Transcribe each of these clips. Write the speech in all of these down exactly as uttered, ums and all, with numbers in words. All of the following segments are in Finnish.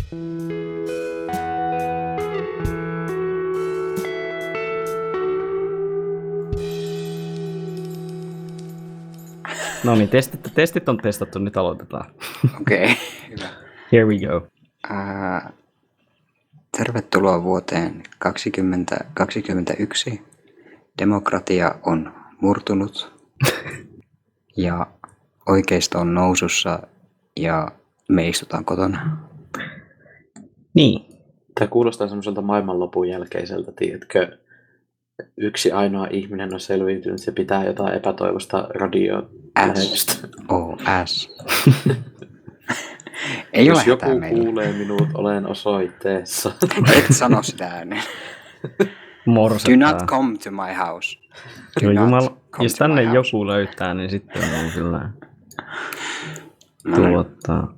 No niin, testit, testit on testattu, nyt aloitetaan. Okei, okay, hyvä. Here we go. Uh, tervetuloa vuoteen kaksituhattakaksikymmentäyksi. Demokratia on murtunut ja oikeisto on nousussa ja me istutaan kotona. Niin. Tämä kuulostaa semmoiselta maailmanlopun jälkeiseltä, tiedätkö? Yksi ainoa ihminen on selviytynyt, se pitää jotain epätoivosta radiolähetystä. O S. Ei Jos ole joku hätää meillä. kuulee minut, olen osoitteessa. Et sano sitä ääneen. Morsettaa. Do not come to my house. Do No, not Jumala, come jos to tänne my house. joku löytää, niin sitten on kyllä No niin. tuottaa.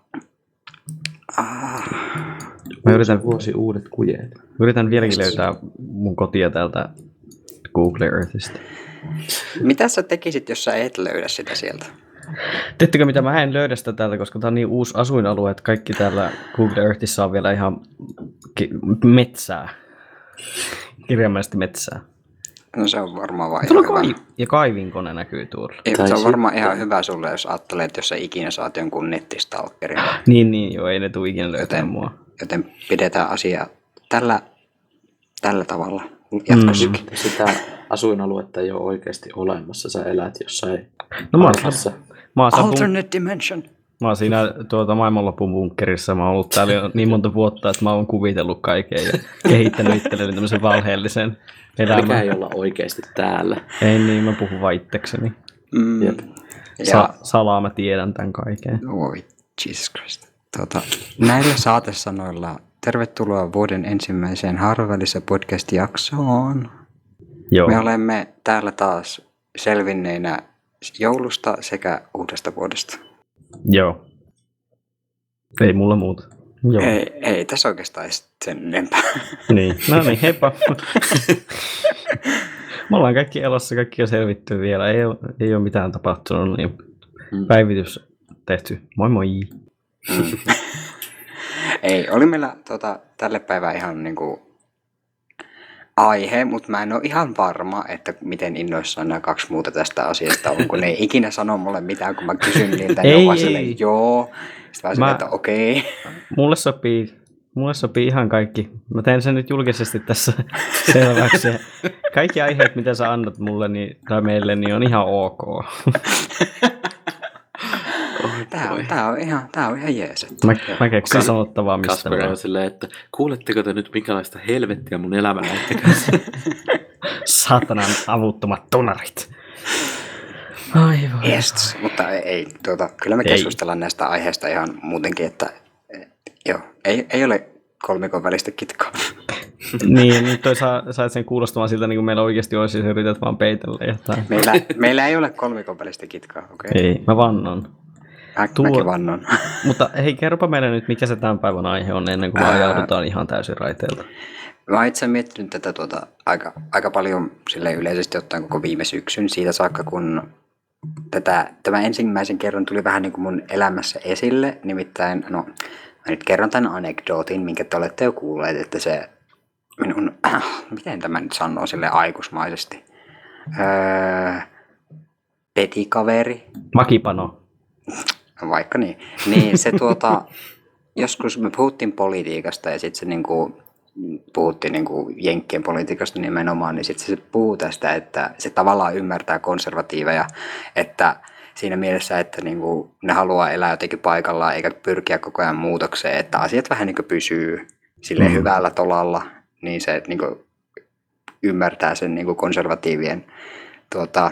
Ah, Mä yritän, Vuosi uudet kujeet. yritän vieläkin löytää mun kotia täältä Google Earthistä. mitä sä tekisit, jos sä et löydä sitä sieltä? Tiedättekö mitä, mä en löydä sitä täältä, koska tää on niin uusi asuinalue, että kaikki täällä Google Earthissa on vielä ihan ki- metsää. Kirjaimellisesti metsää. No se on varmaan vaan Tuolla ihan kai- hyvä. ja kaivinkone näkyy tuolla. Ei, Tai se on varmaan sitten- ihan hyvä sulle, jos ajattelee, että jos sä ikinä saat jonkun nettistalkerin. Niin, niin, joo, ei ne tule ikinä löytää Joten, mua. joten pidetään asiaa tällä, tällä tavalla jatkossakin. Mm. Sitä asuinaluetta ei ole oikeasti olemassa. Sä elät jossain No mä oon, alhassa. mä oon, saapun, Alternate dimension. mä oon siinä tuota, maailmanlopun bunkkerissa, mä oon ollut täällä jo niin monta vuotta, että mä oon kuvitellut kaiken ja kehittänyt itselleni tämmöisen valheellisen Mikä elämän. ei olla oikeasti täällä. Ei niin, mä puhun vaan itsekseni. Mm. Jep. Ja, Sa- salaa mä tiedän tämän kaiken. oi, Jesus Christ. Tuota, näillä saatesanoilla tervetuloa vuoden ensimmäiseen Harvavälissä podcast-jaksoon. Joo, Me olemme täällä taas selvinneinä joulusta sekä uudesta vuodesta. joo. Ei mulla muuta. Joo. Ei, ei tässä oikeastaan edes sen enempää. Niin, no niin, heippa. Me ollaan kaikki elossa, kaikki on selvitty vielä. Ei ole, ei ole mitään tapahtunut, niin Mm. päivitys tehty. Moi moi. Ei, oli meillä tota, tälle päivään ihan niinku aihe, mutta mä en ole ihan varma, että miten innoissaan nämä kaksi muuta tästä asiasta on, kun ne ei ikinä sano mulle mitään, kun mä kysyn niiltä, ne Ei, on vaan ei. silleen, joo. Sitten vaan Mä- silleen, että okei. Mulle sopii, mulle sopii ihan kaikki. Mä teen sen nyt julkisesti tässä selväksi. Kaikki aiheet, mitä sä annat mulle niin, tai meille, niin on ihan ok. Tää on, tää on ihan, tää on ihan jees. että- Mä, mä keksin Kas- sanottavaa mistä Kasper vaan. on silleen, että kuuletteko te nyt minkälaista helvettiä mun elämä näyttäkää? Saatanan avuttomat tunarit. Ai voi. Yes, mutta ei, ei tuota, kyllä me Ei. keskustellaan näistä aiheista ihan muutenkin, että eh, joo, ei, ei ole kolmikon välistä kitkaa. Niin, nyt toi saa, sait sen kuulostamaan siltä, niin kuin meillä oikeasti olisi, jos yrität vaan peitellä jotain. Meillä, meillä ei ole kolmikon välistä kitkaa, okei? Okay? Ei, mä vannon. Mä, Tuo- Mäkin vannon. Mutta hei, kerropa meille nyt, mikä se tämän päivän aihe on, ennen kuin me Ää. ajaudutaan ihan täysin raiteilta. Mä oon itse miettinyt tätä tuota, aika, aika paljon sille yleisesti ottaen koko viime syksyn siitä saakka, kun tätä, tämä ensimmäisen kerran tuli vähän niin kuin mun elämässä esille. Nimittäin, no mä nyt kerron tämän anekdootin, minkä te olette jo kuulleet, että se minun, äh, miten tämä nyt sanoo sille aikuismaisesti, öö, petikaveri, Makipano. vaikka niin, niin se tuota, joskus me puhuttiin politiikasta ja sitten se niinku, puhuttiin niinku jenkkien politiikasta nimenomaan, niin sitten se puhuu tästä, että se tavallaan ymmärtää konservatiiveja, että siinä mielessä, että niinku ne haluaa elää jotenkin paikallaan eikä pyrkiä koko ajan muutokseen, että asiat vähän niinku pysyy silleen Mm. hyvällä tolalla, niin se niinku ymmärtää sen niinku konservatiivien tuota,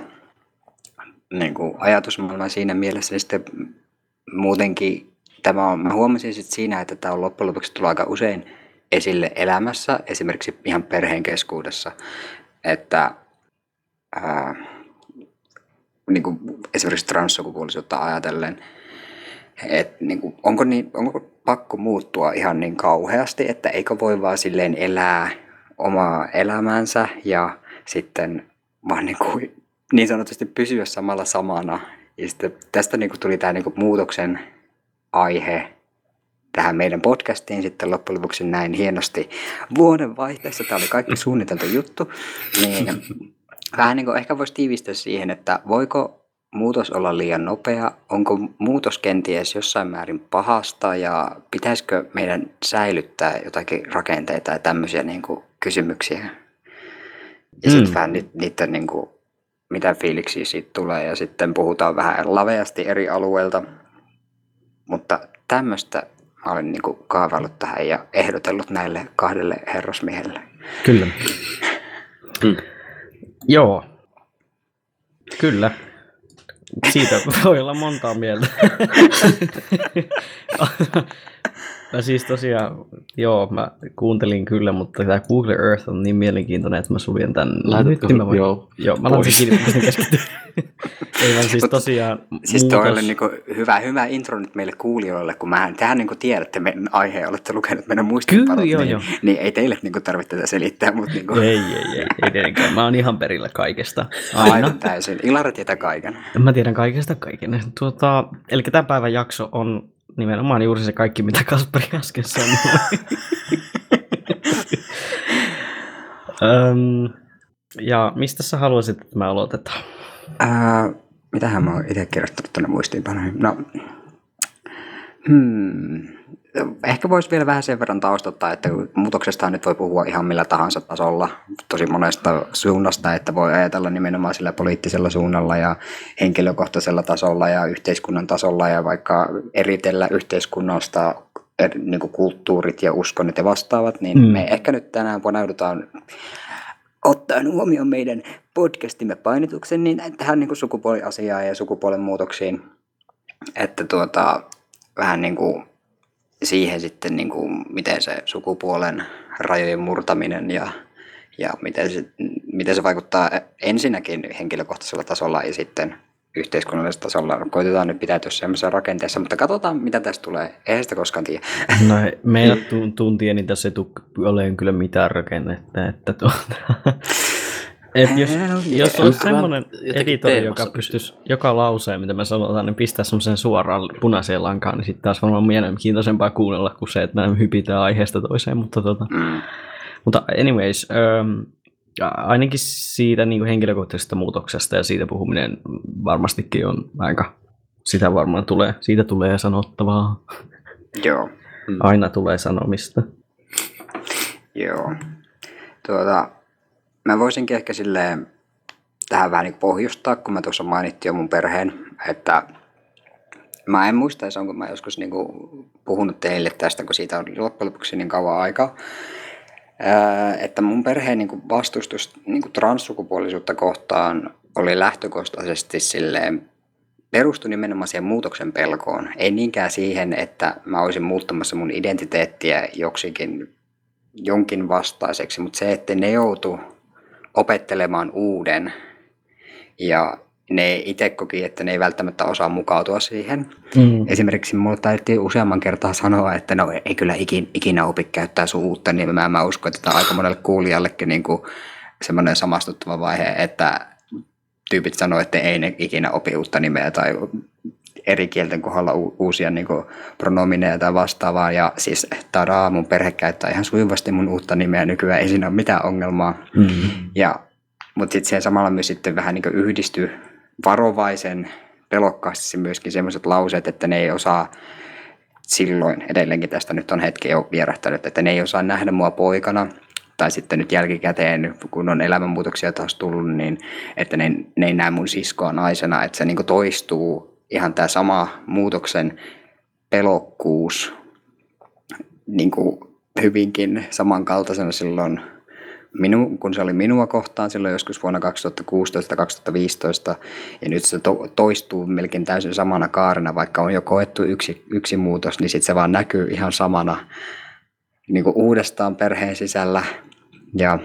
niinku ajatusmaailman siinä mielessä, niin sitten muutenkin tämä on, mä huomasin sit siinä, että tämä on loppujen lopuksi tullut aika usein esille elämässä, esimerkiksi ihan perheen keskuudessa, että ää, niin kuin esimerkiksi transsukupuolisuutta ajatellen, että niin kuin, onko, niin, onko pakko muuttua ihan niin kauheasti, että eikö voi vaan silleen elää omaa elämäänsä ja sitten vaan niin, kuin, niin sanotusti pysyä samalla samana. Ja sitten tästä niin kuin tuli tämä niin kuin muutoksen aihe tähän meidän podcastiin sitten loppujen lopuksi näin hienosti vuodenvaihteessa. Tämä oli kaikki suunniteltu juttu. Niin vähän niin kuin ehkä voisi tiivistää siihen, että voiko muutos olla liian nopea, onko muutos kenties jossain määrin pahasta ja pitäisikö meidän säilyttää jotakin rakenteita ja tämmöisiä niin kuin kysymyksiä. Ja sitten Mm. vähän ni- niitä, niin kuin, mitä fiiliksiä siitä tulee ja sitten puhutaan vähän laveasti eri alueilta. Mutta tämmöistä mä olen niin kuin kaavaillut tähän ja ehdotellut näille kahdelle herrasmiehelle. Kyllä. Mm. Joo. Kyllä. Siitä voi olla montaa mieltä. Mä siis tosiaan, joo, mä kuuntelin kyllä, mutta tämä Google Earth on niin mielenkiintoinen, että mä suljen tän. Laitatko Nyt mä voin. joo, Joo, mä laitan pois. kiinni, kun mä keskittyä. Ei vaan siis Mut tosiaan Siis toi oli muutos. niinku hyvä, hyvä intro nyt meille kuulijoille, kun mä, tehän niinku tiedätte meidän aiheen, olette lukenut meidän muistiinpanot, Kyllä, joo, niin, joo. niin ei teille niinku tarvitse tätä selittää, mutta niinku, Ei, ei, ei, ei tietenkään. Mä oon ihan perillä kaikesta. Aina. aivan täysin. Ilari tietää kaiken. Mä tiedän kaikesta kaiken. Tuota, eli tämän päivän jakso on nimenomaan juuri se kaikki, mitä Kasperi äsken sanoi. Öm, ja mistä sä haluaisit, että me aloitetaan? Ää, mitähän mä oon itse kirjoittanut tuonne muistiinpanoihin? No, hmm. Ehkä voisi vielä vähän sen verran taustottaa, että muutoksesta nyt voi puhua ihan millä tahansa tasolla, tosi monesta suunnasta, että voi ajatella nimenomaan sillä poliittisella suunnalla ja henkilökohtaisella tasolla ja yhteiskunnan tasolla ja vaikka eritellä yhteiskunnasta eri, niin kuin kulttuurit ja uskonnot ja vastaavat, niin Mm. mm. me ehkä nyt tänään paneudutaan ottaen huomioon meidän podcastimme painotuksen niin tähän niin kuin sukupuoliasiaan ja sukupuolen muutoksiin, että tuota, vähän niin kuin siihen sitten, niin kuin, miten se sukupuolen rajojen murtaminen ja, ja miten, se, miten se vaikuttaa ensinnäkin henkilökohtaisella tasolla ja sitten yhteiskunnallisella tasolla. Koitetaan nyt pitäytyä semmoisessa rakenteessa, mutta katsotaan mitä tästä tulee. Eihän sitä koskaan tiedä. No meidät tu- tuntien, niin tässä ei tule olemaan kyllä mitään rakennetta. Että tuota, et jos, Hell yeah. jos on Onko semmoinen vähän jotenkin editori, teemassa joka pystyisi joka lauseen, mitä me sanotaan, niin pistää semmoisen suoraan punaiseen lankaan, niin sitten taas varmaan mielenkiintoisempaa kuunnella kuin se, että me hypitään aiheesta toiseen. Mutta, tuota, Mm. mutta anyways, ähm, ainakin siitä niin kuin henkilökohtaisesta muutoksesta ja siitä puhuminen varmastikin on aika, sitä varmaan tulee, siitä tulee sanottavaa. Joo. Aina tulee sanomista. Joo. Tuota, mä voisinkin ehkä silleen tähän vähän niin pohjustaa, kun mä tuossa mainittiin jo mun perheen, että mä en muista, onko mä joskus niin kuin puhunut teille tästä, kun siitä on loppujen lopuksi niin kauan aikaa, ää, että mun perheen niin kuin vastustus niin kuin transsukupuolisuutta kohtaan oli lähtökohtaisesti silleen, perustui nimenomaan siihen muutoksen pelkoon. Ei niinkään siihen, että mä olisin muuttamassa mun identiteettiä joksikin jonkin vastaiseksi, mutta se, että ne joutu opettelemaan uuden ja ne itse koki, että ne ei välttämättä osaa mukautua siihen. Mm. Esimerkiksi mulle täytyy useamman kertaa sanoa, että no ei kyllä ikinä, ikinä opi käyttää sun uutta nimeä. Mä uskon, että tämä on aika monelle kuulijallekin niin kuin semmoinen samastuttava vaihe, että tyypit sanoo, että ei ne ikinä opi uutta nimeä tai eri kielten kohdalla u- uusia niin kuin pronomineja tai vastaavaa. Ja siis tadaa, mun perhe käyttää ihan sujuvasti mun uutta nimeä nykyään, ei siinä ole mitään ongelmaa. Mm. Ja, mutta sitten siihen samalla myös sitten vähän niin kuin yhdistyy varovaisen pelokkaasti myöskin sellaiset lauseet, että ne ei osaa silloin, edelleenkin tästä nyt on hetki jo vierähtänyt, että ne ei osaa nähdä mua poikana, tai sitten nyt jälkikäteen, kun on elämänmuutoksia taas tullut, niin että ne, ne ei näe mun siskoa naisena, että se niin kuin toistuu ihan tämä sama muutoksen pelokkuus niin kuin hyvinkin samankaltaisena silloin, minu, kun se oli minua kohtaan silloin joskus vuonna kaksituhattakuusitoista kaksituhattaviisitoista, ja nyt se to, toistuu melkein täysin samana kaarena, vaikka on jo koettu yksi, yksi muutos, niin sitten se vaan näkyy ihan samana niin kuin uudestaan perheen sisällä, ja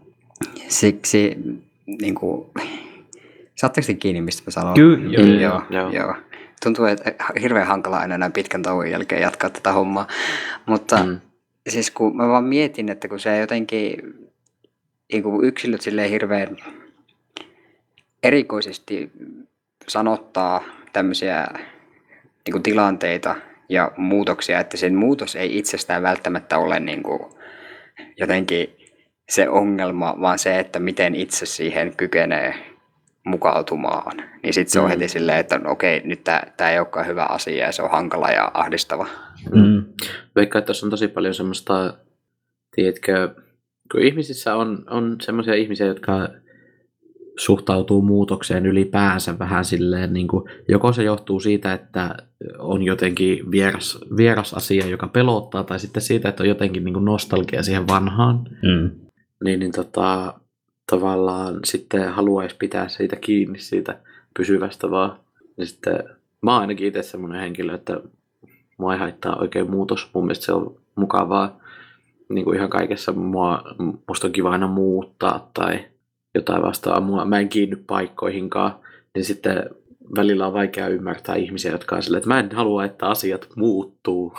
siksi niin kuin, saatteko te kiinni, mistä mä sanon? Kyllä, joo, joo, joo. joo, joo. Tuntuu, että hirveän hankala aina näin pitkän tauon jälkeen jatkaa tätä hommaa, mutta Mm. siis kun mä vaan mietin, että kun se jotenkin niin kuin yksilöt silleen hirveän erikoisesti sanottaa tämmöisiä niin kuin tilanteita ja muutoksia, että sen muutos ei itsestään välttämättä ole niin kuin jotenkin se ongelma, vaan se, että miten itse siihen kykenee mukautumaan. Niin sitten se on Mm. heti silleen, että no, okei, nyt tämä ei olekaan hyvä asia ja se on hankala ja ahdistava. Mm. Veikkaan, että tuossa on tosi paljon semmoista, tiedätkö, kun ihmisissä on, on semmoisia ihmisiä, jotka suhtautuu muutokseen ylipäänsä vähän silleen, niin kuin, joko se johtuu siitä, että on jotenkin vieras, vieras asia, joka pelottaa, tai sitten siitä, että on jotenkin niin kuin nostalgia siihen vanhaan, Mm. niin, niin tota, tavallaan sitten haluaisi pitää siitä kiinni, siitä pysyvästä vaan. Ja sitten mä oon ainakin itse semmoinen henkilö, että mua ei haittaa oikein muutos. Mun mielestä se on mukavaa niin kuin ihan kaikessa. Mua, musta on kiva aina muuttaa tai jotain vastaavaa. Mua, mä en kiinny paikkoihinkaan. Niin sitten välillä on vaikea ymmärtää ihmisiä, jotka on silleen, että mä en halua, että asiat muuttuu.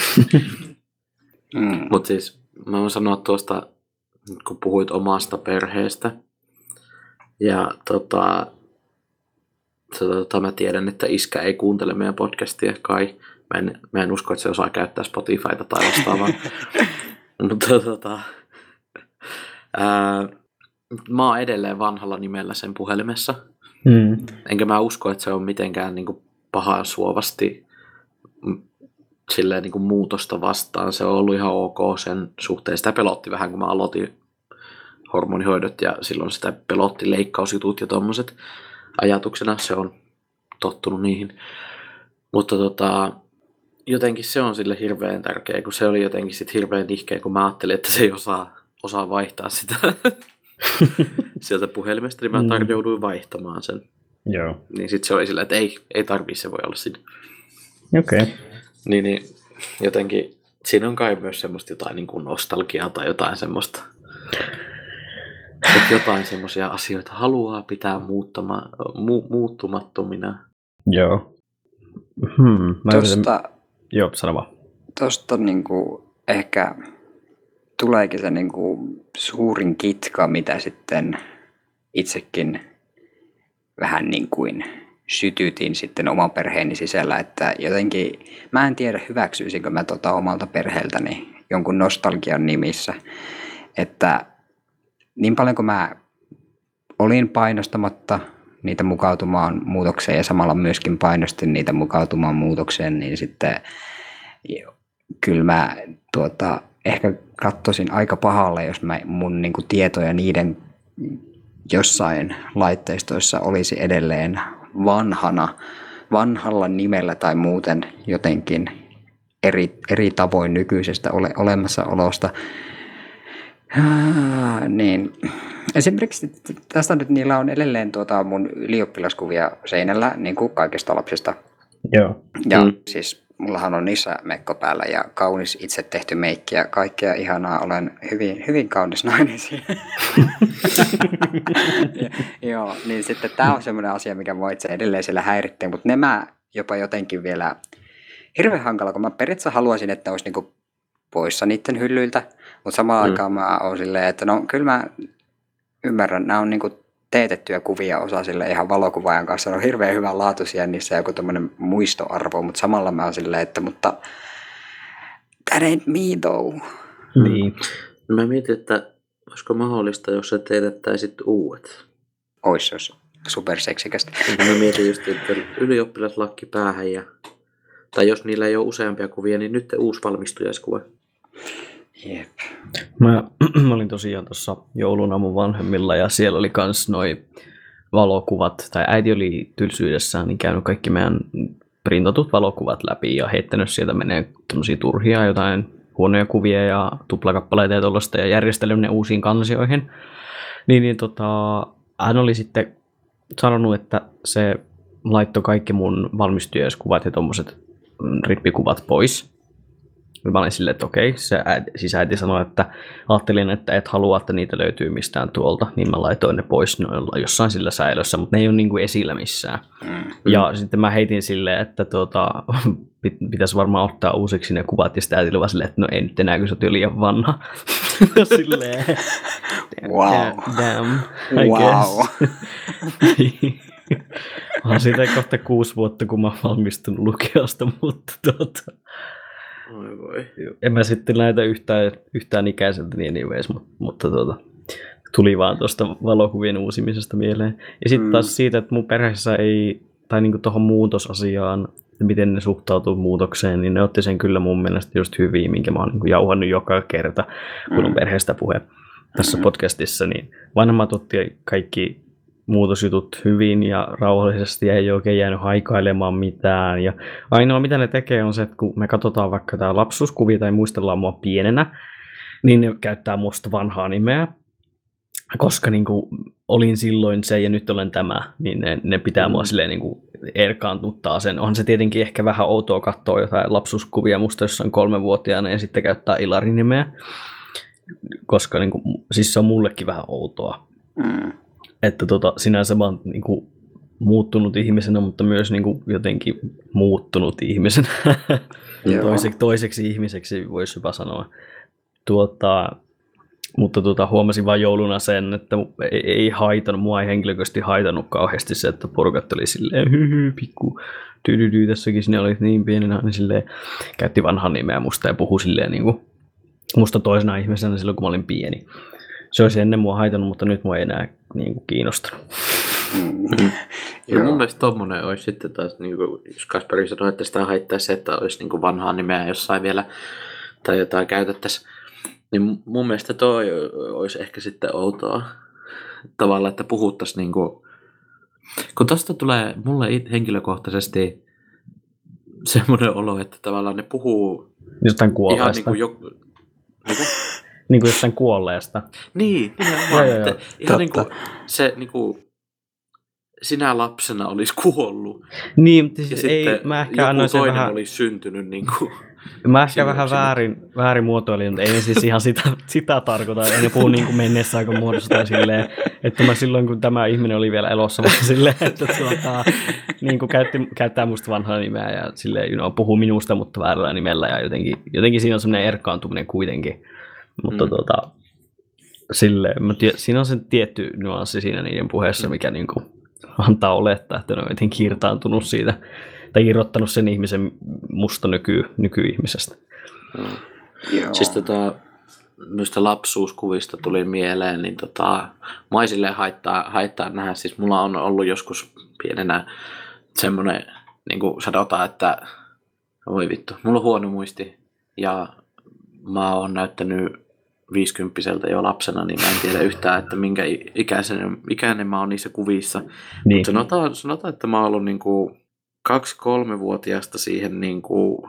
Mm. Mutta siis mä voin sanoa tuosta, kun puhuit omasta perheestä. Ja tota, tota, mä tiedän, että iskä ei kuuntele meidän podcastia kai. Mä en, mä en usko, että se osaa käyttää Spotifyta tai vastaavaa. Mutta tota, ää, mä oon edelleen vanhalla nimellä sen puhelimessa. Mm. Enkä mä usko, että se on mitenkään niin kuin pahaan suovasti mm, silleen niin kuin muutosta vastaan. Se on ollut ihan ok sen suhteen. Sitä pelotti vähän, kun mä aloitin hormonihoidot ja silloin sitä pelotti leikkausjutut ja tommoset ajatuksena. Se on tottunut niihin. Mutta tota, jotenkin se on sille hirveän tärkeä, kun se oli jotenkin sit hirveän nihkeä, kun mä ajattelin, että se ei osaa, osaa vaihtaa sitä sieltä puhelimesta, niin mä Mm. tarjouduin vaihtamaan sen. Joo. Niin sitten se oli sillä, että ei, ei tarvii, se voi olla siinä. Okei. Okay. Niin, niin jotenkin siinä on kai myös semmoista jotain niin kuin nostalgiaa tai jotain semmoista. Että jotain semmoisia asioita haluaa pitää muuttama, mu, muuttumattomina. Joo. Hmm. Mä yritän... Tuosta, Joo, sano vaan. tuosta niinku ehkä tuleekin se niinku suurin kitka, mitä sitten itsekin vähän niin kuin sytytin sitten oman perheeni sisällä, että jotenkin mä en tiedä hyväksyisinkö mä tota omalta perheeltäni jonkun nostalgian nimissä, että niin paljon kuin mä olin painostamatta niitä mukautumaan muutokseen ja samalla myöskin painostin niitä mukautumaan muutokseen, niin sitten kyllä mä tuota, ehkä katsoisin aika pahalle, jos mä mun niin kuin tietoja niiden jossain laitteistoissa olisi edelleen vanhana, vanhalla nimellä tai muuten jotenkin eri, eri tavoin nykyisestä ole, olemassaolosta. Ah, niin. Esimerkiksi tästä nyt niillä on edelleen tuota mun ylioppilaskuvia seinällä, niin kuin kaikista lapsista. Joo. Ja Mm. siis mullahan on niissä mekko päällä ja kaunis itse tehty meikki ja kaikkea ihanaa. Olen hyvin, hyvin kaunis nainen siinä. ja, joo, niin sitten tämä on semmoinen asia, mikä mua itse edelleen siellä häirittää, mutta nämä jopa jotenkin vielä hirveän hankala, kun mä periaatteessa haluaisin, että ne olisi niinku poissa niiden hyllyiltä, mutta samaan Mm. aikaan mä oon silleen, että no kyllä mä ymmärrän, nämä on niinku teetettyjä kuvia osa sille ihan valokuvaajan kanssa, ne on hirveän hyvän laatuisia, niissä joku tommoinen muistoarvo, mutta samalla mä oon silleen, että mutta that ain't me though. Niin. Mä mietin, että olisiko mahdollista, jos sä teetettäisit uudet. Ois se olisi superseksikästä. Mä mietin just, että ylioppilaslakki päähän ja tai jos niillä ei ole useampia kuvia, niin nyt uusi valmistujaiskuva. Jep. Mä, mä olin tosiaan tuossa jouluna mun vanhemmilla ja siellä oli kans noi valokuvat, tai äiti oli tylsyydessään niin käynyt kaikki meidän printatut valokuvat läpi ja heittänyt sieltä menee tämmöisiä turhia jotain huonoja kuvia ja tuplakappaleita ja tollaista ja järjestellyt ne uusiin kansioihin. Niin, niin tota, hän oli sitten sanonut, että se laittoi kaikki mun valmistujaiskuvat ja tommoset mm, rippikuvat pois. Mä olin silleen, että okei, se äiti, siis äiti sanoi, että ajattelin, että et halua, että niitä löytyy mistään tuolta, niin mä laitoin ne pois noilla jossain sillä säilössä, mutta ne ei ole niinku esillä missään. Mm. Ja sitten mä heitin silleen, että tuota, pitäisi varmaan ottaa uusiksi ne kuvat, ja sitten äitillä vaan silleen, että no ei nyt enää, kun sä oot jo liian vanha. Silleen, Wow. damn, I Wow. guess. On siitä kohta kuusi vuotta, kun mä oon valmistunut lukiosta, mutta tuota, Oi voi. en mä sitten näitä yhtään, yhtään ikäiseltä niin anyways, mutta, mutta tuota, tuli vaan tuosta valokuvien uusimisesta mieleen. Ja sitten taas Mm. siitä, että mun perheessä ei, tai niinku tuohon muutosasiaan, miten ne suhtautuu muutokseen, niin ne otti sen kyllä mun mielestä just hyvin, minkä mä oon niinku jauhannut joka kerta, kun on Mm. perheestä puhe tässä Mhm. podcastissa, niin vanhemmat otti kaikki muutosjutut hyvin ja rauhallisesti ja ei oikein jäänyt haikailemaan mitään. Ja ainoa mitä ne tekee on se, että kun me katsotaan vaikka tää lapsuuskuvia tai muistellaan mua pienenä, niin ne käyttää musta vanhaa nimeä. Koska niin kuin, olin silloin se ja nyt olen tämä, niin ne, ne pitää mua Mm. silleen niin kuin, erkaantuttaa sen. Onhan se tietenkin ehkä vähän outoa katsoa jotain lapsuuskuvia musta jossain kolmevuotiaana ja sitten käyttää Ilarin nimeä. Koska niin kuin, siis se on mullekin vähän outoa. Mm. Että tota, sinänsä mä oon niin kuin, muuttunut ihmisenä, mutta myös niin kuin, jotenkin muuttunut ihmisenä. Joo. Toiseksi, toiseksi ihmiseksi voisi jopa sanoa. Tuota, mutta tuota, huomasin vain jouluna sen, että ei, ei haitannut, mua ei henkilökohtaisesti haitannut kauheasti se, että porukat oli silleen hyhy, pikku tydydy, tässäkin sinne olit niin pienenä, niin silleen käytti vanhan nimeä musta ja puhui silleen niin kuin musta toisena ihmisenä silloin, kun mä olin pieni. Se olisi ennen mua haitannut, mutta nyt mua ei enää niin kuin kiinnostanut. Mm. Ja mun Joo. mielestä tommonen olisi sitten taas, niin kuin, jos Kasperi sanoi, että sitä haittaisi se, että olisi niin kuin vanhaa nimeä jossain vielä tai jotain käytettäisiin, niin mun mielestä toi olisi ehkä sitten outoa tavalla, että puhuttaisiin niin kuin, kun tosta tulee mulle it- henkilökohtaisesti semmoinen olo, että tavallaan ne puhuu Jostain ihan kuolleesta. niin kuin joku... Mikä? Niin kuin jostain kuolleesta. Niin, Joo, nimenomaan. joo, joo. Että ihan niin Totta. kuin se niin kuin, sinä lapsena olisi kuollut Niin, mutta ja siis ei, sitten mä ehkä joku annoin sen toinen vähän, olisi syntynyt niin kuin, mä ehkä sinun- vähän sinun- väärin, väärin muotoilin, mutta ei ne siis ihan sitä, sitä tarkoita. Ei ne puhu niin kuin menneessä aika muodossa tai silleen, että mä silloin kun tämä ihminen oli vielä elossa, mä silleen, että tuota, niin kuin käytti, käyttää musta vanhaa nimeä ja silleen, you know, puhuu minusta, mutta väärällä nimellä ja jotenkin, jotenkin siinä on semmoinen erkaantuminen kuitenkin. Mutta Mm. tuota, silleen, mä tie, siinä on se tietty nyanssi siinä niiden puheessa, mikä niin kuin antaa olettaa, että ne on jotenkin irtaantunut siitä tai irrottanut sen ihmisen musta nyky, nykyihmisestä. Joo. Siis tota, noista lapsuuskuvista tuli mieleen, niin tota, mua ei silleen haittaa, haittaa nähdä. Siis mulla on ollut joskus pienenä semmoinen, niin kuin sanotaan, että voi vittu, mulla on huono muisti ja mä oon näyttänyt viisikymppiseltä jo lapsena, niin mä en tiedä yhtään, että minkä ikäinen, ikäinen mä oon niissä kuvissa. Niin. Sanotaan, sanotaan, että mä oon ollut niinku kaksi-kolmevuotiaasta siihen niinku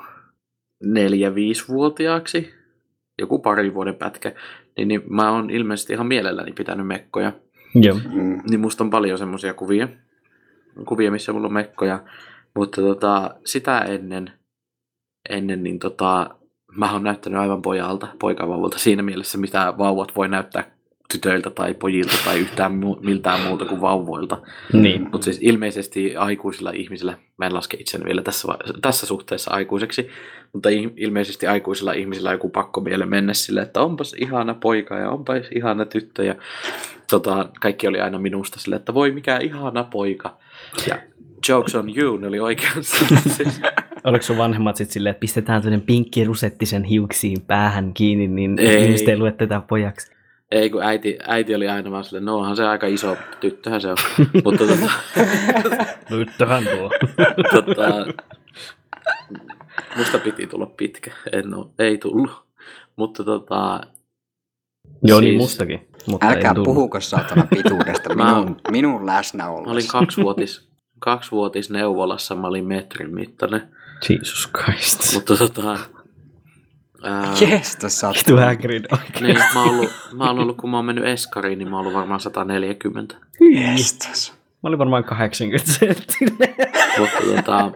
neljä-viisivuotiaaksi, joku pari vuoden pätkä, niin, niin mä oon ilmeisesti ihan mielelläni pitänyt mekkoja. Joo. Mm. Niin musta on paljon semmosia kuvia, kuvia missä mulla on mekkoja, mutta tota, sitä ennen, ennen niin tota, mä oon näyttänyt aivan pojalta, poikavauvalta siinä mielessä, mitä vauvat voi näyttää tytöiltä tai pojilta tai yhtään mu- miltään muuta kuin vauvoilta. Niin. Mutta siis ilmeisesti aikuisilla ihmisillä, mä en laske itseni vielä tässä, va- tässä suhteessa aikuiseksi, mutta il- ilmeisesti aikuisilla ihmisillä on joku pakko miele mennä sille, että onpas ihana poika ja onpas ihana tyttö ja tota, kaikki oli aina minusta sille, että voi mikä ihana poika. Ja jokes on you, ne oli oikeassa. Oliko sun vanhemmat sitten silleen, että pistetään sellainen pinkki rusetti sen hiuksiin päähän kiinni, niin Ei. ihmiset ei lue tätä pojaksi? Ei, kun äiti, äiti oli aina vaan silleen, no onhan se aika iso tyttöhän se on. Mutta tota, Nyttähän tuo. tota, musta piti tulla pitkä. En oo, ei tullut. Mutta tota, Joo, niin Siis- mustakin. Mutta Älkää ei tullut. puhuko saatana pituudesta Mä- minun, minun läsnä mä olin ollessa. kaksivuotis, kaksivuotis neuvolassa, mä olin metrin mittainen. Jesus Christ. Mutta tota, ää, Jeestä saatana. Vitu Hagrid oikein. niin, mä oon ollut, mä oon ollut, kun mä oon mennyt eskariin, niin mä oon ollut varmaan sata neljäkymmentä. Jeestas. Mä olin varmaan kahdeksankymmentä senttinen. Mutta tota,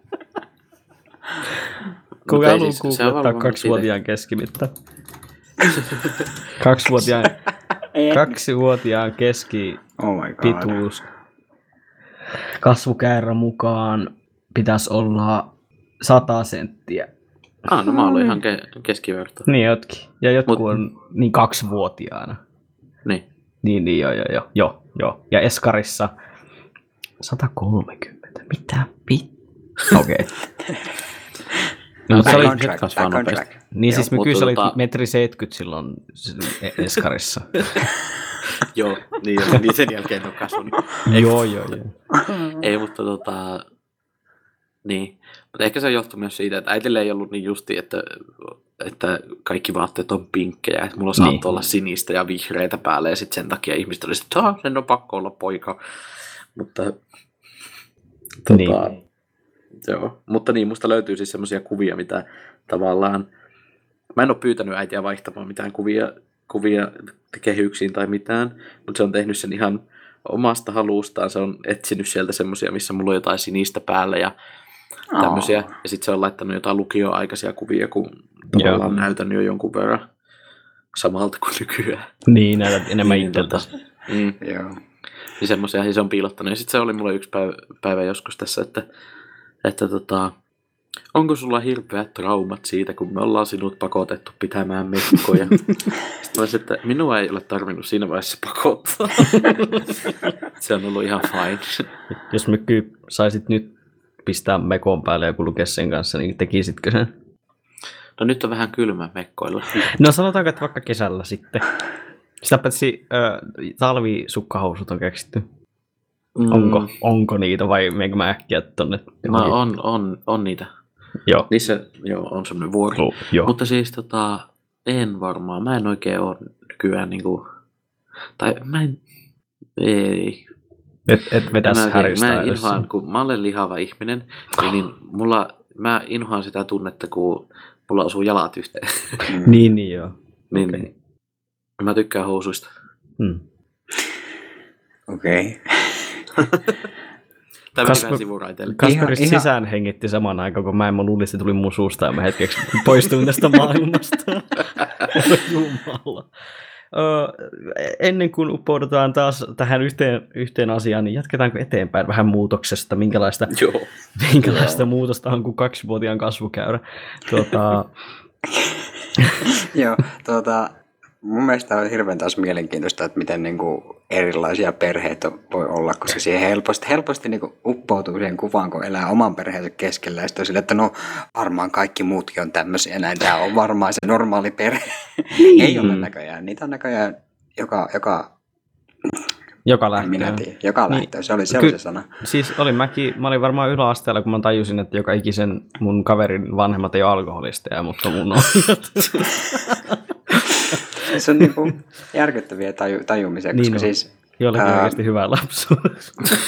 Kuka mut ei haluaa siis- se on googlettaa varmaan kaksivuotiaan keskimitta? Kaksivuotiaan, kaksivuotiaan Oh my god. keskipituus. Kasvukäärän mukaan pitäisi olla sata senttiä. Ah, no mä oon ihan ke- keskiverto. Niin jotkin. Ja jotkut Mut- on niin kaksivuotiaana. Niin. Niin, niin joo, joo, joo, joo, joo. Ja Eskarissa sata kolmekymmentä. Mitä pit? Okei. Okay. No, Mutta se oli, Back on track, kasvaa back on nopeasti. track. niin Joo, siis me mutta kyllä sä olit tota- metri seitsemänkymmentä silloin e- eskarissa. Joo, niin, niin sen jälkeen en ole kasvanut. joo, joo, joo. Ei, mutta tota... Niin. Mutta ehkä se johtuu myös siitä, että äitille ei ollut niin justi, että, että kaikki vaatteet on pinkkejä. Että mulla Niin. saattoi olla sinistä ja vihreitä päälle ja sitten sen takia ihmiset oli, että "Ah, sen on pakko olla poika." Mutta... Tota, Niin. Joo. Mutta niin, musta löytyy siis semmoisia kuvia, mitä tavallaan... Mä en ole pyytänyt äitiä vaihtamaan mitään kuvia, kuvia kehyksiin tai mitään, mutta se on tehnyt sen ihan omasta halustaan. Se on etsinyt sieltä semmoisia, missä mulla on jotain sinistä päällä ja tämmöisiä. Aa. Ja sitten se on laittanut jotain lukioaikaisia kuvia, kun tavallaan Joo. näytän jo jonkun verran samalta kuin nykyään. Niin, näytät enemmän Niin, itseltä. Mm. Joo. Niin semmoisia, ja se on piilottanut. Ja sitten se oli mulla yksi päivä, päivä joskus tässä, että, että tota, onko sulla hirveät traumat siitä, kun me ollaan sinut pakotettu pitämään mekkoja? Sitten mä olisin, että minua ei ole tarvinnut siinä vaiheessa pakottaa. Se on ollut ihan fine. Jos me kyllä saisit nyt pistää mekon päälle ja kulkea sen kanssa, niin tekisitkö sen? No nyt on vähän kylmä mekkoilla. No sanotaanko, että vaikka kesällä sitten. Sitä paitsi äh, talvisukkahousut on keksitty. Mm, Onko, onko niitä vai menenkö mä äkkiä tonne? Mä on, on, on niitä. Joo. Niissä joo, on semmoinen vuori. Oh, joo. Mutta siis tota, en varmaan. Mä en oikein ole nykyään niinku... Tai mä en... Ei. Et, et vetäisi Mä, häristä mä edes. inhoan, kun mä olen lihava ihminen, niin, niin mulla, mä inhoan sitä tunnetta, kun mulla osuu jalat yhteen. Mm. Niin, niin joo. niin, Okei. niin. Mä tykkään housuista. Hmm. Okei. Tämä Kasper- meni vähän sivuraiteille. Kasperista Ihan- sisään hengitti samaan aikaan, kun mä en mun luulisi, että tuli mun suusta ja mä hetkeksi poistuin tästä maailmasta. Jumala. Ö, ennen kuin uppoudutaan taas tähän yhteen, yhteen asiaan, niin jatketaanko eteenpäin vähän muutoksesta? Minkälaista, Joo. minkälaista muutosta on kuin kaksivuotiaan kasvukäyrä? Tuota, Joo, tuota, mun mielestä on hirveän taas mielenkiintoista, että miten niin kuin erilaisia perheitä voi olla, koska siihen helposti, helposti niin kuin uppoutuu siihen kuvaan, kun elää oman perheensä keskellä. Ja sitten on sille, että no varmaan kaikki muutkin on tämmöisiä, näin tämä on varmaan se normaali perhe. Niin. Ei ole näköjään, niitä on näköjään joka, joka, joka en lähtee. minä tiedä, joka Niin. lähtee, se oli se, Ky- oli se sana. Siis olin mäkin, mä olin varmaan yläasteella, kun mä tajusin, että joka ikisen mun kaverin vanhemmat ei ole alkoholisteja, mutta mun on. Se on niin kuin järkyttäviä taju, tajumisia, koska Niin on. siis Jollakin Ää. oikeasti hyvä lapsuus.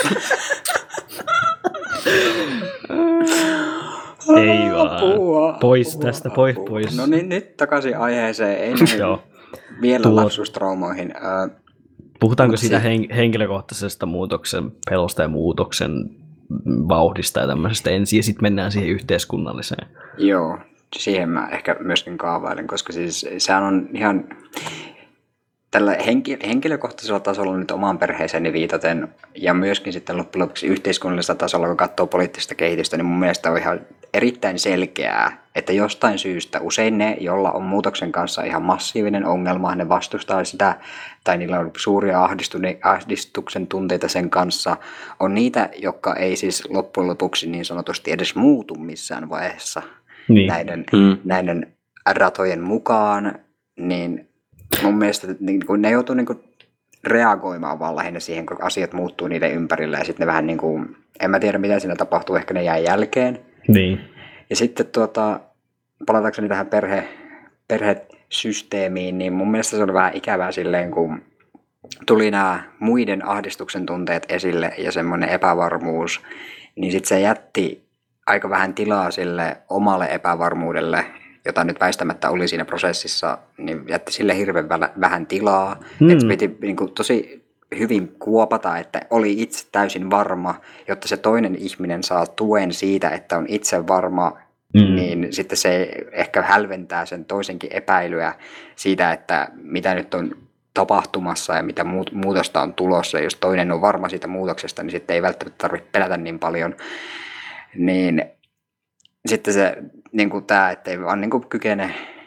Ei vaan. Apua, Pois apua, tästä, pois, apua. pois. No niin, nyt takaisin aiheeseen, ei näihin Joo. vielä Tuo- lapsuustraumoihin. Ö, Puhutaanko Mut siitä si- hen- henkilökohtaisesta muutoksen pelosta ja muutoksen vauhdista ja tämmöisestä ensin, ja sitten mennään siihen yhteiskunnalliseen. joo, siihen mä ehkä myöskin kaavailen, koska siis sehän on ihan tällä henki, henkilökohtaisella tasolla nyt omaan perheeseeni viitaten, ja myöskin sitten loppujen lopuksi yhteiskunnallisella tasolla, kun katsoo poliittista kehitystä, niin mun mielestä on ihan erittäin selkeää, että jostain syystä usein ne, joilla on muutoksen kanssa ihan massiivinen ongelma, ne vastustaa sitä, tai niillä on suuria ahdistune- ahdistuksen tunteita sen kanssa, on niitä, jotka ei siis loppujen lopuksi niin sanotusti edes muutu missään vaiheessa Niin. näiden, Mm. näiden ratojen mukaan, niin mun mielestä niin kun ne joutuu niin kun reagoimaan vaan lähinnä siihen, kun asiat muuttuu niiden ympärillä ja sitten ne vähän niin kuin, en mä tiedä mitä siinä tapahtuu, ehkä ne jää jälkeen. Niin. Ja sitten tuota, palatakseni tähän perhe, perhesysteemiin, niin mun mielestä se oli vähän ikävää silleen, kun tuli nämä muiden ahdistuksen tunteet esille ja semmoinen epävarmuus, niin sitten se jätti aika vähän tilaa sille omalle epävarmuudelle, jota nyt väistämättä oli siinä prosessissa, niin jätti sille hirveän vä- vähän tilaa. Hmm. Että piti niin kuin, tosi hyvin kuopata, että oli itse täysin varma, jotta se toinen ihminen saa tuen siitä, että on itse varma, Mm. niin sitten se ehkä hälventää sen toisenkin epäilyä siitä, että mitä nyt on tapahtumassa ja mitä muut- muutosta on tulossa. Jos toinen on varma siitä muutoksesta, niin sitten ei välttämättä tarvitse pelätä niin paljon. Niin sitten se, niin kuin tämä, että ei vaan niin kuin kykene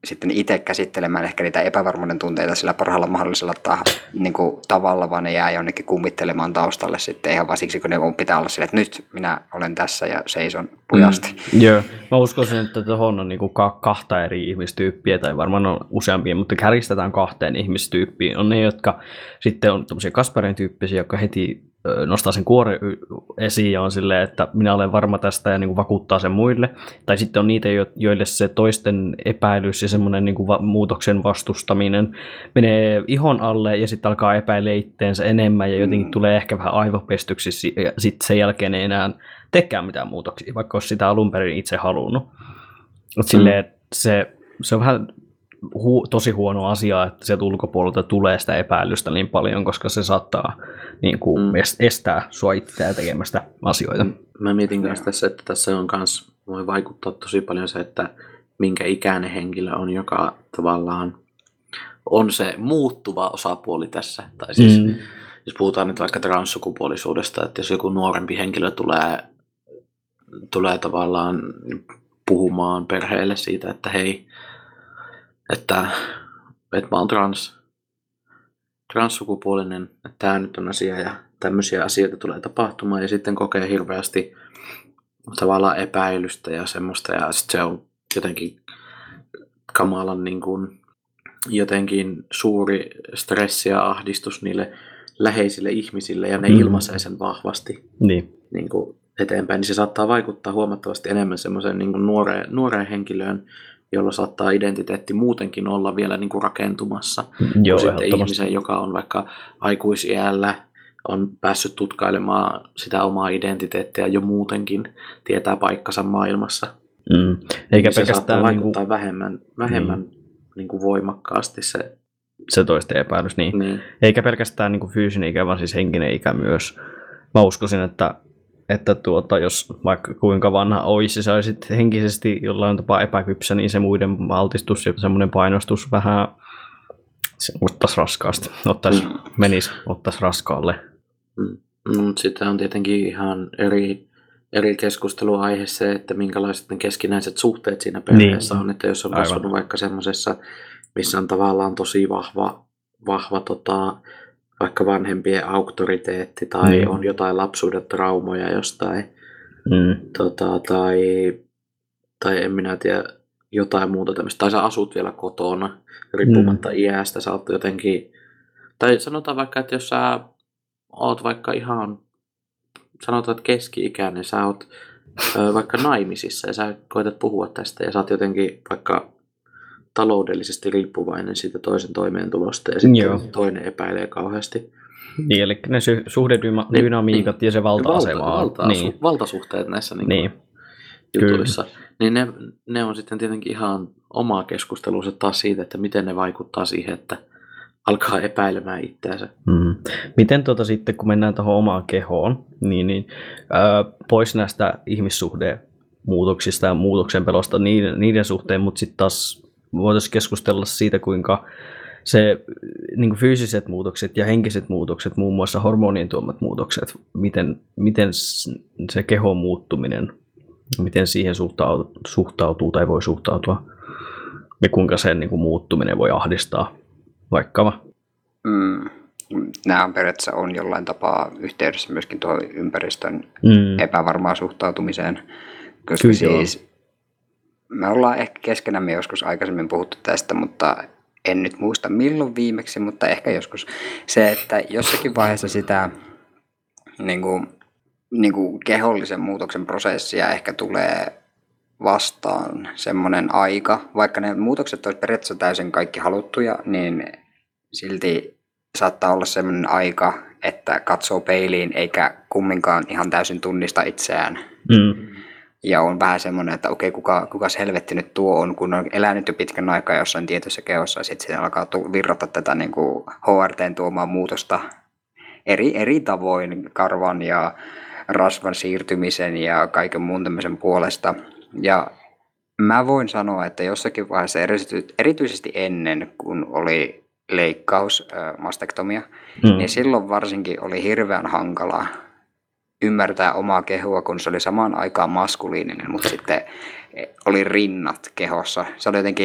sitten itse käsittelemään ehkä niitä epävarmuuden tunteita sillä parhaalla mahdollisella ta- niin kuin tavalla, vaan ne jää jonnekin kummittelemaan taustalle sitten ihan vaan siksi, kun ne pitää olla sille, että nyt minä olen tässä ja seison lujasti. Mm, joo, mä uskoisin, että tuohon on niinku ka- kahta eri ihmistyyppiä, tai varmaan on useampia, mutta kärjistetään kahteen ihmistyyppiin. On ne, jotka sitten on tämmöisiä Kasparin tyyppisiä, jotka heti nostaa sen kuoren esiin ja on silleen, että minä olen varma tästä ja niin kuin vakuuttaa sen muille. Tai sitten on niitä, joille se toisten epäilys ja semmoinen niin kuin va- muutoksen vastustaminen menee ihon alle ja sitten alkaa epäillä itteensä enemmän ja jotenkin mm. tulee ehkä vähän aivopestyksi ja sitten sen jälkeen ei enää tekään mitään muutoksia, vaikka olisi sitä alun perin itse halunnut. Mm. Silleen, se, se on vähän hu- tosi huono asia, että sieltä ulkopuolelta tulee sitä epäilystä niin paljon, koska se saattaa niin kuin mm. estää sua itseä tekemästä asioita. Mä mietin myös tässä, että tässä on kans, voi vaikuttaa tosi paljon se, että minkä ikäinen henkilö on, joka tavallaan on se muuttuva osapuoli tässä. Tai siis, mm. jos puhutaan nyt vaikka transsukupuolisuudesta, että jos joku nuorempi henkilö tulee, tulee tavallaan puhumaan perheelle siitä, että hei, että, että mä oon trans, transsukupuolinen, että tämä nyt on asia ja tämmöisiä asioita tulee tapahtumaan ja sitten kokee hirveästi tavallaan epäilystä ja semmoista ja sitten se on jotenkin kamalan niin kuin, jotenkin suuri stressi ja ahdistus niille läheisille ihmisille ja ne mm. ilmaisee sen vahvasti niin. Niin kuin eteenpäin, niin se saattaa vaikuttaa huomattavasti enemmän semmoiseen niin kuin nuoreen, nuoreen henkilöön, jolla saattaa identiteetti muutenkin olla vielä niin kuin rakentumassa. Joo, sitten ihmisen, joka on vaikka aikuisiällä, on päässyt tutkailemaan sitä omaa identiteettiä jo muutenkin, tietää paikkansa maailmassa. Mm. Eikä niin se saattaa vaikuttaa niin kuin vähemmän, vähemmän mm. niin kuin voimakkaasti se, se toisten epäilys. Niin. niin. Eikä pelkästään niin kuin fyysinen ikä, vaan siis henkinen ikä myös. Mä uskoisin, että että tuota, jos vaikka kuinka vanha olisi, se olisit henkisesti jollain tapaa epäkypsä, niin se muiden altistus ja semmoinen painostus vähän se ottaisi raskaasti, ottaisi, mm. menisi, ottaisi raskaalle. Mm. No, sitten on tietenkin ihan eri, eri keskusteluaihe se, että minkälaiset ne keskinäiset suhteet siinä perheessä niin. on, että jos on kasvanut Aivan. vaikka semmoisessa, missä on tavallaan tosi vahva, vahva tota, vaikka vanhempien auktoriteetti tai mm. on jotain lapsuuden traumoja jostain mm. tota, tai, tai en minä tiedä jotain muuta tämmöistä. Tai sä asut vielä kotona riippumatta mm. iästä. Sä oot jotenkin, tai sanotaan vaikka, että jos sä oot vaikka ihan, sanotaan, että keski-ikäinen, sä oot ö, vaikka naimisissa ja sä koetat puhua tästä ja sä oot jotenkin vaikka taloudellisesti riippuvainen siitä toisen toimeentulosta ja sitten Joo. toinen epäilee kauheasti. Niin, eli ne sy- suhdedynamiikat niin, ja se valta-asema. Valta, valta, niin. Valtasuhteet näissä niin niin. jutuissa. Niin ne, ne on sitten tietenkin ihan omaa keskustelunsa taas siitä, että miten ne vaikuttaa siihen, että alkaa epäilemään itseänsä. Mm. Miten tuota sitten, kun mennään tuohon omaan kehoon, niin, niin ää, pois näistä ihmissuhdemuutoksista ja muutoksen pelosta niiden, niiden suhteen, mutta sitten taas voitaisiin keskustella siitä, kuinka se niin kuin fyysiset muutokset ja henkiset muutokset, muun muassa hormonien tuomat muutokset, miten, miten se kehon muuttuminen, miten siihen suhtautuu, suhtautuu tai voi suhtautua, ja kuinka sen niin kuin muuttuminen voi ahdistaa vaikka. Mm. Nämä on periaatteessa on jollain tapaa yhteydessä myöskin tuohon ympäristön mm. epävarmaan suhtautumiseen, koska Kyllä siis me ollaan ehkä keskenämme joskus aikaisemmin puhuttu tästä, mutta en nyt muista milloin viimeksi, mutta ehkä joskus se, että jossakin vaiheessa sitä niin kuin, niin kuin kehollisen muutoksen prosessia ehkä tulee vastaan semmoinen aika, vaikka ne muutokset olisi periaatteessa täysin kaikki haluttuja, niin silti saattaa olla semmoinen aika, että katsoo peiliin eikä kumminkaan ihan täysin tunnista itseään. Mm. Ja on vähän semmoinen, että okei, kuka, kukas helvetti nyt tuo on, kun on elänyt jo pitkän aikaa jossain tietyssä kehossa, ja sitten siinä alkaa virrata tätä niin kuin H R T:n tuomaa muutosta eri, eri tavoin karvan ja rasvan siirtymisen ja kaiken muun tämmöisen puolesta. Ja mä voin sanoa, että jossakin vaiheessa erityisesti ennen, kun oli leikkaus, mastektomia, mm. niin silloin varsinkin oli hirveän hankalaa ymmärtää omaa kehoa, kun se oli samaan aikaan maskuliininen, mutta sitten oli rinnat kehossa. Se oli jotenkin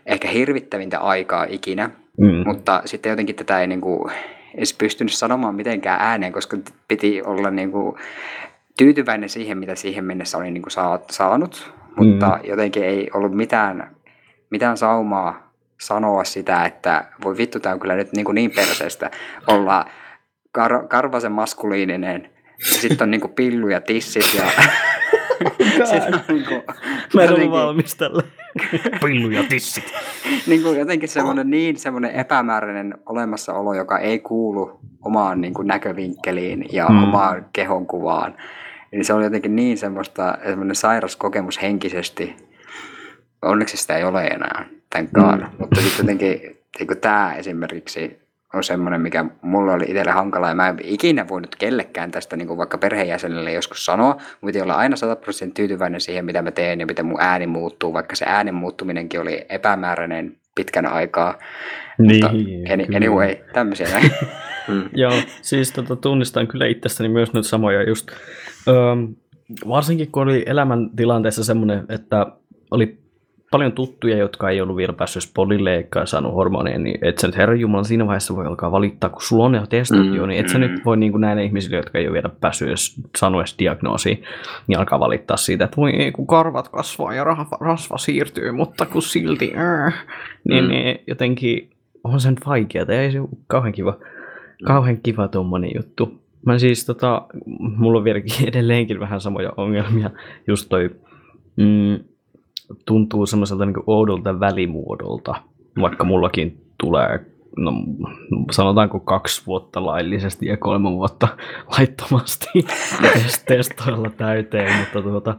ehkä hirvittävintä aikaa ikinä, Mm. mutta sitten jotenkin tätä ei niinku edes pystynyt sanomaan mitenkään ääneen, koska piti olla niinku tyytyväinen siihen, mitä siihen mennessä oli niinku saanut, mutta mm. jotenkin ei ollut mitään, mitään saumaa sanoa sitä, että voi vittu, tämä on kyllä nyt niin, niin perseestä olla kar- karvasen maskuliininen, ja sitten on niinku pillu ja tissit, ja sitten on niinku, Mä en ollut valmis tälle. Pillu ja tissit. Niinku jotenkin semmoinen niin semmoinen epämääräinen olemassaolo, joka ei kuulu omaan niinku näkövinkkeliin ja mm. omaan kehonkuvaan. Eli se oli jotenkin niin semmoista, semmoinen sairas kokemus henkisesti. Onneksi sitä ei ole enää, thank God. Mm. Mutta sitten jotenkin niin tämä esimerkiksi on semmoinen, mikä mulle oli itselle hankala. Ja mä en ikinä voinut kellekään tästä niin kuin vaikka perheenjäsenelle joskus sanoa. Mun piti olla aina sata prosenttia tyytyväinen siihen, mitä mä teen ja miten mun ääni muuttuu. Vaikka se äänen muuttuminenkin oli epämääräinen pitkän aikaa. Niin, Mutta anyway, tämmöisiä näin. Mm. Joo, siis tota, tunnistan kyllä itsestäni myös nyt samoja just. Öö, varsinkin kun oli elämäntilanteessa semmoinen, että oli paljon tuttuja, jotka ei ollut vielä päässyt spolille eikä saanut hormoneja, niin et sä nyt herranjumala siinä vaiheessa voi alkaa valittaa, kun sulla on jo testattu mm, jo, niin et sä mm. nyt voi niin kuin näille ihmisille, jotka ei ole vielä päässyt edes saanut edes diagnoosia, niin alkaa valittaa siitä, että voi ei, kun karvat kasvaa ja rasva, rasva siirtyy, mutta kun silti, äh, niin, mm. niin jotenkin on sen vaikeaa, ei se ole kauhean kiva, kauhean kiva tommonen juttu. Mä siis tota, mulla on vieläkin edelleenkin vähän samoja ongelmia, just toi, mm, tuntuu semmoiselta niin kuin oudolta välimuodolta, vaikka mullakin tulee, no sanotaanko kaksi vuotta laillisesti ja kolme vuotta laittomasti testoilla täyteen, mutta tuota,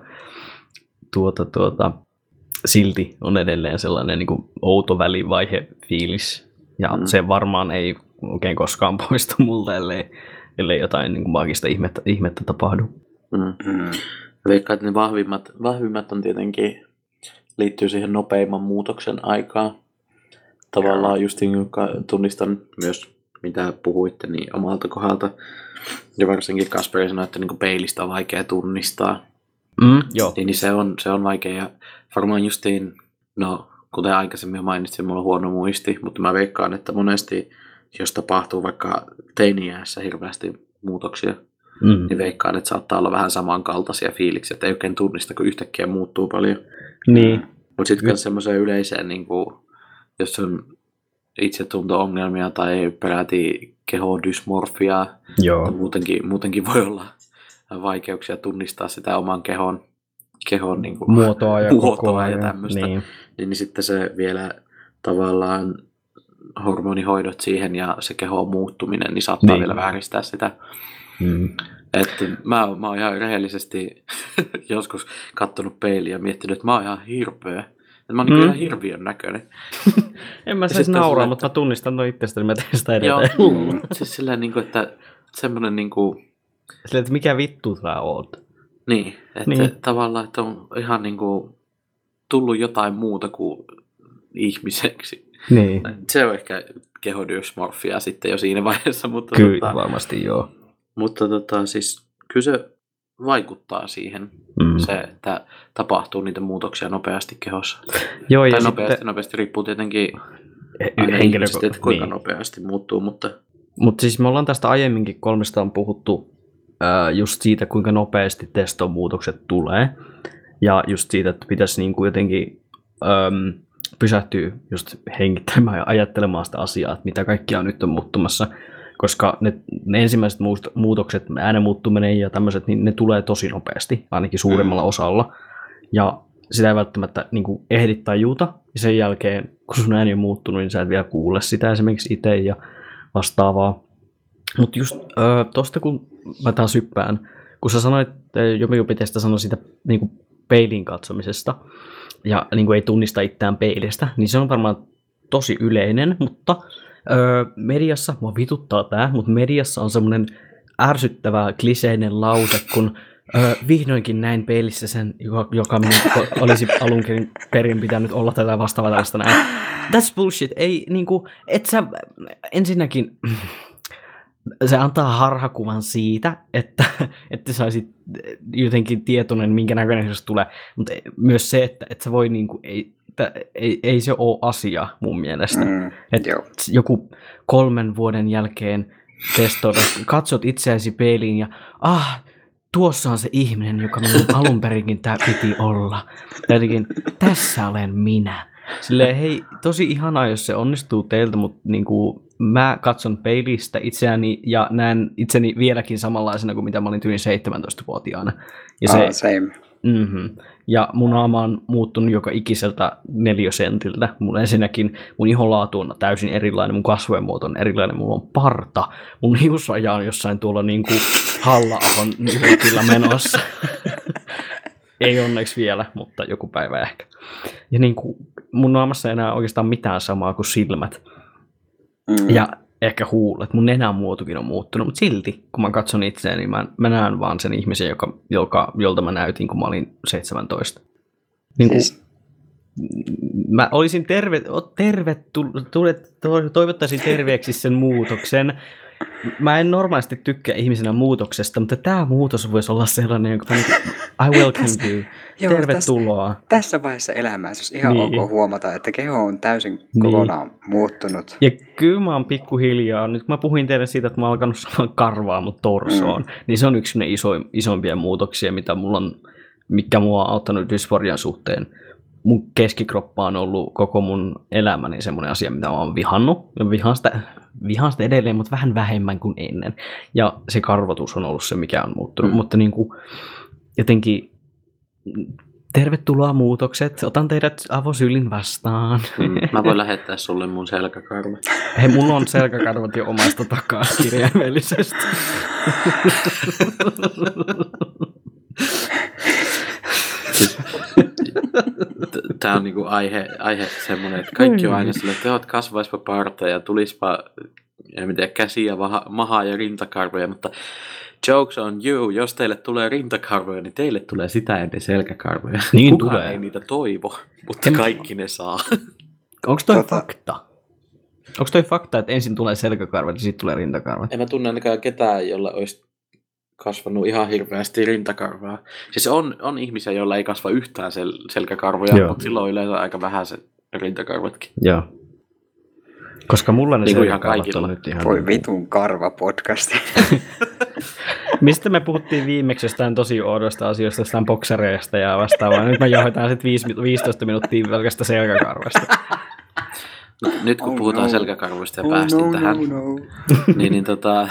tuota, tuota, silti on edelleen sellainen niin kuin outo välivaihe fiilis, ja mm. se varmaan ei oikein koskaan poistu multa, ellei, ellei jotain niin kuin maagista ihmettä, ihmettä tapahdu. Mm. Mm. Veikkaan, että ne vahvimmat, vahvimmat on tietenkin liittyy siihen nopeimman muutoksen aikaan. Tavallaan just tunnistan myös, mitä puhuitte, niin omalta kohdalta. Ja varsinkin Kasperi sanoi, että niin peilistä on vaikea tunnistaa. Mm, joo. Niin se on, se on vaikea. Ja varmaan justiin, no kuten aikaisemmin mainitsin, mulla on huono muisti, mutta mä veikkaan, että monesti, jos tapahtuu vaikka teini-iässä hirveästi muutoksia, mm. niin veikkaan, että saattaa olla vähän samankaltaisia fiiliksiä, että ei oikein tunnista, kun yhtäkkiä muuttuu paljon. Niin. Mutta sitten myös semmoiseen yleiseen, niin kuin, jos on itsetunto-ongelmia tai peräti kehodysmorfiaa, muutenkin, muutenkin voi olla vaikeuksia tunnistaa sitä oman kehon, kehon niin kuin, muotoa ja muotoa ja tämmöistä. Niin. Niin, niin sitten se vielä tavallaan hormonihoidot siihen ja se kehon muuttuminen, niin saattaa niin. vielä vääristää sitä. Mm. Että mä, mä oon ihan rehellisesti joskus kattonut peiliä ja miettinyt, että mä oon ihan hirveä. Että mä oon mm. niin ihan hirviön näköinen. En mä siis nauraa, sillä, mutta mä tunnistan noin itsestäni, niin mä teen sitä edelleen. Joo, siis silleen, niin kuin, että semmoinen niin kuin... Silleen, että mikä vittu sä oot? Niin, että niin. tavallaan, että on ihan niin kuin tullut jotain muuta kuin ihmiseksi. Niin. Se on ehkä kehodysmorfia sitten jo siinä vaiheessa. Mutta kyllä, tota, varmasti joo. Mutta tota, siis kyllä se vaikuttaa siihen, mm. se, että tapahtuu niitä muutoksia nopeasti kehossa. Joo, tai ja nopeasti, sitten... nopeasti riippuu tietenkin henkilö... ihmistä, että kuinka niin. nopeasti muuttuu. Mutta Mut siis me ollaan tästä aiemminkin kolmestaan puhuttu äh, just siitä, kuinka nopeasti teston muutokset tulee. Ja just siitä, että pitäisi niinku jotenkin ähm, pysähtyä just hengittämään ja ajattelemaan sitä asiaa, että mitä kaikkia nyt on muuttumassa. Koska ne, ne ensimmäiset muutokset, äänen muuttuminen ja tämmöiset, niin ne tulee tosi nopeasti, ainakin suurimmalla mm. osalla. Ja sitä ei välttämättä niin kuin ehdi tajuta. Ja sen jälkeen, kun sun ääni on muuttunut, niin sä et vielä kuule sitä esimerkiksi itse ja vastaavaa. Mutta just äh, tosta, kun mä taas hyppään, kun sä sanoit, Jopi Jopitestä sanoi siitä niin kuin peilin katsomisesta, ja niin kuin ei tunnista itseään peilistä, niin se on varmaan tosi yleinen, mutta... Öö, mediassa, mua vituttaa tää, mutta mediassa on semmoinen ärsyttävä kliseinen lause, kun öö, vihdoinkin näin peilissä sen, joka, joka olisi alun perin pitänyt olla tätä vastaavaa tällaista näin. That's bullshit. Ei niinku, et sä ensinnäkin, se antaa harhakuvan siitä, että, että saisit jotenkin tietoinen, minkä näköinen se tulee, mutta myös se, että, että sä voi niinku, ei, että ei, ei se ole asia mun mielestä. Mm, Että joo. joku kolmen vuoden jälkeen testoida, katsot itseäsi peiliin ja ah, tuossa on se ihminen, joka minun alun perinkin tää piti olla. Ja jotenkin, tässä olen minä. Silleen, hei, tosi ihanaa, jos se onnistuu teiltä, mutta niin kuin, mä katson peilistä itseäni ja näen itseni vieläkin samanlaisena kuin mitä mä olin yli seitsemäntoistavuotiaana. Ja, se, Ah, same. mm-hmm. ja mun naama on muuttunut joka ikiseltä neliösentiltä. Mun ensinnäkin mun ihonlaatu on täysin erilainen, mun kasvojen muoto on erilainen, mulla on parta. Mun hiusraja on jossain tuolla niin kuin Halla-ahon nyrkillä menossa. Ei onneksi vielä, mutta joku päivä ehkä. Ja niin kuin, mun naamassa ei enää oikeastaan mitään samaa kuin silmät. Mm. Ja ehkä huulet. Mun nenän muotokin on muuttunut, mutta silti, kun mä katson itseäni, niin mä, mä näen vaan sen ihmisen, joka, joka, jolta mä näytin, kun mä olin seitsemäntoista. Niin kuin, Siis, mä olisin terve, tervetullut, toivottaisin terveeksi sen muutoksen. Mä en normaalisti tykkää ihmisenä muutoksesta, mutta tämä muutos voisi olla sellainen, joka on, I welcome you. Joo, Tervetuloa. Tässä, tässä vaiheessa elämää se olisi ihan Niin. ok huomata, että keho on täysin kokonaan muuttunut. Ja kyllä mä oon pikkuhiljaa, nyt kun mä puhuin teille siitä, että mä oon alkanut saamaan karvaa mun torsoon, mm. niin se on yksi ne iso, isompia muutoksia, mitä mulla on, mikä mua on auttanut dysforian suhteen. Mun keskikroppa on ollut koko mun elämäni semmoinen asia, mitä mä oon vihannut. Ja vihaan sitä, vihaan sitä edelleen, mutta vähän vähemmän kuin ennen. Ja se karvotus on ollut se, mikä on muuttunut. Mm. Mutta niin kuin, jotenkin tervetuloa muutokset. Otan teidät avosylin vastaan. Mm, mä voin lähettää sulle mun selkäkarvat. Hei, mulla on selkäkarvat jo omasta takaa kirjaimellisesti. Tää on niinku aihe, aihe semmoinen, että kaikki on aina silleen, että oot kasvaispa parta ja tulispa en tiedä, käsiä, vaha, mahaa ja rintakarvoja, mutta jokes on you, jos teille tulee rintakarvoja, niin teille tulee sitä ennen selkäkarvoja. Niin Kukaan tulee. ei niitä toivo, mutta En- kaikki ne saa. Onko toi Tota- fakta? Onko toi fakta, että ensin tulee selkäkarvat ja sitten tulee rintakarvat? En mä tunne ainakaan ketään, jolla olisi kasvanut ihan hirveästi rintakarvaa. Siis on, on ihmisiä, joilla ei kasva yhtään sel- selkäkarvoja, Joo. mutta silloin on yleensä aika vähän se rintakarvatkin. Joo. Koska mulla ne Niin kuin ihan selkäkarvat kaikilla. on nyt ihan... Voi vitun karva podcasti. Mistä me puhuttiin viimeksi jostain tosi oudosta asioista, jostain boksereista ja vastaavaa. Nyt me johdetaan sitten viisitoista minuuttia pelkästä selkäkarvasta. Mut nyt kun Oh puhutaan no. selkäkarvoista ja Oh, päästiin no, tähän, no, no. niin, niin tota,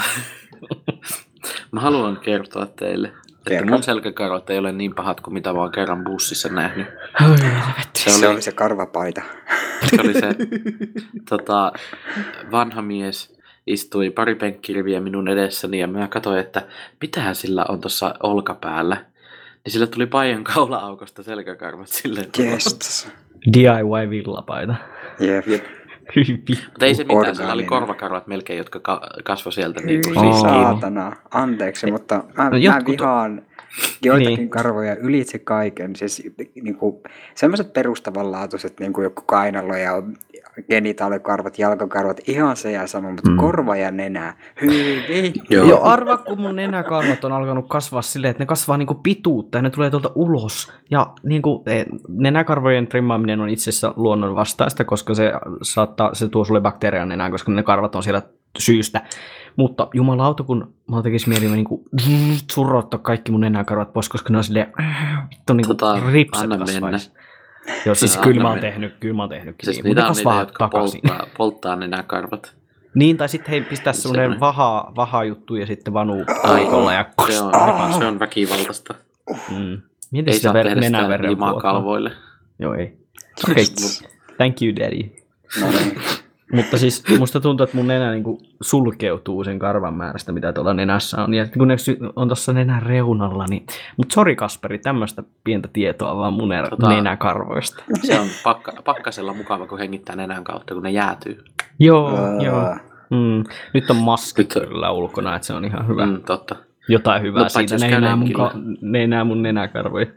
mä haluan kertoa teille, että Kerro. mun selkäkarvat ei ole niin pahat kuin mitä mä oon kerran bussissa nähnyt. Oi, helvetti. Se Se oli, oli se karvapaita. se, oli se tota, vanha mies istui pari penkkiriviä minun edessäni ja mä katsoin, että mitähän sillä on tuossa olkapäällä. Niin sillä tuli paijan kaula-aukosta selkäkarvat silleen. Yes. D I Y-villapaita. Jep. Hyvin. Mutta ei se mitään, sillä oli Orgaaninen. korvakarvat melkein, jotka ka- kasvoi sieltä. Niin kuin Hyi Aa. siis saatana. Anteeksi, mutta mä, No mä jotkut- vihaan joitakin Niin. karvoja ylitse kaiken. Siis niinku, semmoiset perustavanlaatuiset niinku joku kainalo ja genitaalikarvat, jalkakarvat, ihan se ja sama, mutta Mm. mm. korva ja nenä. Hyi vittu. Joo. Joo, arva, kun mun nenäkarvat on alkanut kasvaa silleen, että ne kasvaa niinku pituutta ja ne tulee tuolta ulos. Ja niinku, eh, nenäkarvojen trimmaaminen on itse asiassa luonnon vastaista, koska se saattaa, se tuo sulle bakteeria nenään, koska ne karvat on siellä syystä. Mutta jumalauta, kun mä tekis mieli mä niinku surrottaa kaikki mun nenäkarvat pois, koska ne on silleen, äh, vittu niinku Tota, ripset anna kasvais. mennä. Joo, siis Anna kyllä mä oon mennä. tehnyt, kyllä mä oon tehnytkin Siis niin, mutta niitä ne on niitä, kasvaa jotka takaisin. polttaa, polttaa nenäkarvat. Niin, tai sitten hei, pistää semmoinen Semmoinen. vaha, vaha juttu ja sitten vanuu Ai, paikolla ja Se on, kost- se on väkivaltaista. Mm. Mietin Ei sitä saa ver- tehdä sitä nenäveren limaa vuotoa. kalvoille. Joo, ei. Okei, thank you daddy. No niin. Mutta siis musta tuntuu, että mun nenä niinku sulkeutuu sen karvan määrästä, mitä tuolla nenässä on. Ja kun ne sy- on tuossa nenän reunalla, niin... Mutta sori Kasperi, tämmöistä pientä tietoa vaan mun er- Tota- nenäkarvoista. Se on pakka, pakkasella mukava, kun hengittää nenän kautta, kun ne jäätyy. Joo, Ää, joo. Mm. Nyt on maski Nyt on- kyllä ulkona, että se on ihan hyvä. Mm, totta. Jotain hyvää No, paitsi siitä. jos Ne ei, käy näe mun, lenkillä. ka- ne ei näe mun nenäkarvoja.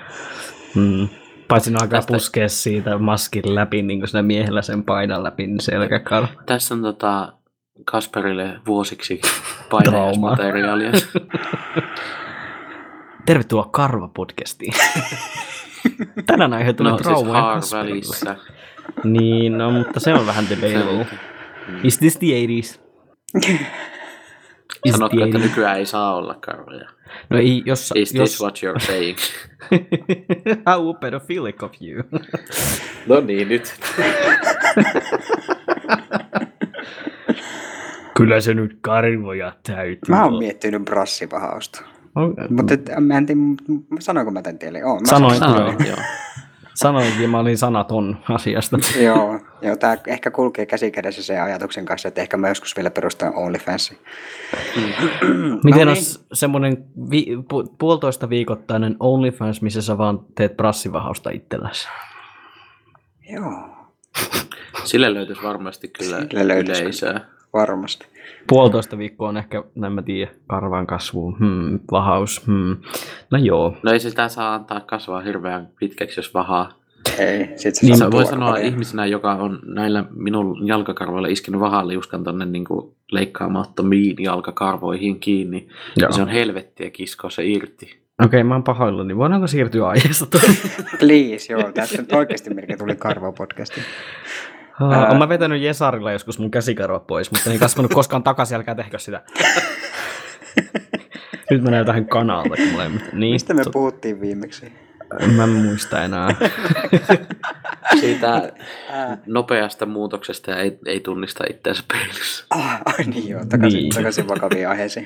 Mm. Paitsi ne alkaa Tästä- puskea siitä maskin läpi, niin kuin siinä miehellä sen paidan läpi, niin selkäkarva. Tässä on tota Kasperille vuosiksi Traumaa. paineismateriaalia. Tervetuloa Karva-podcastiin. Tänään aiheutunut No siis traumaa Haar Kasperille. välissä. Niin, no, mutta se on vähän debatable. Is this the eighties? Is Sanotko, the että eighties? nykyään ei saa olla karvoja? No ei, jos... Is jos... this what you're saying? How pedophilic of you. No niin, nyt. Kyllä se nyt karvoja täytyy. Mä oon miettinyt brassivahausta. Okay. Mutta et, mä en tiedä, sanoinko mä tän teille? Oo, mä Sanoin, sanoin. kyllä. Joo. Sanoinkin, mä olin sanaton asiasta. Joo, joo tämä ehkä kulkee käsi kädessä sen ajatuksen kanssa, että ehkä mä joskus vielä perustan OnlyFansin. Miten No olisi semmoinen vi- pu- puolitoista viikoittainen OnlyFans, missä sä vaan teet brassivahausta itselläsi? Joo, Sille löytyisi varmasti kyllä Sille löytyisi yleisöä. varmasti. Puolitoista viikkoa on ehkä, en mä tiedä, karvan kasvu, hmm, vahaus, hmm. No joo. No ei sitä saa antaa kasvaa hirveän pitkäksi, jos vahaa. Ei, sit se Niin, Niin, sattuu voi aika sanoa paljon. ihmisenä, joka on näillä minun jalkakarvoilla iskenyt vahaliuskan tonne niin leikkaamattomiin jalkakarvoihin kiinni. Joo. Ja se on helvettiä kiskoa se irti. Okei, okay, mä oon pahoillani. Niin voidaanko siirtyä aiheesta? Please, joo, tässä nyt oikeasti melkein tuli karvapodcasti. Ää... Olen mä vetänyt Jesarilla joskus mun käsikarva pois, mutta ei kasvanut koskaan takaisin, älkää tehkö sitä. Nyt mä näen tähän kanalta. Kun mulla ei... niin, Mistä me to... puhuttiin viimeksi? Mä en muista enää. Siitä nopeasta muutoksesta ja ei, ei tunnista itseänsä peilissä. Ah, ai niin joo, takaisin, Niin. takaisin vakaviin aiheisiin.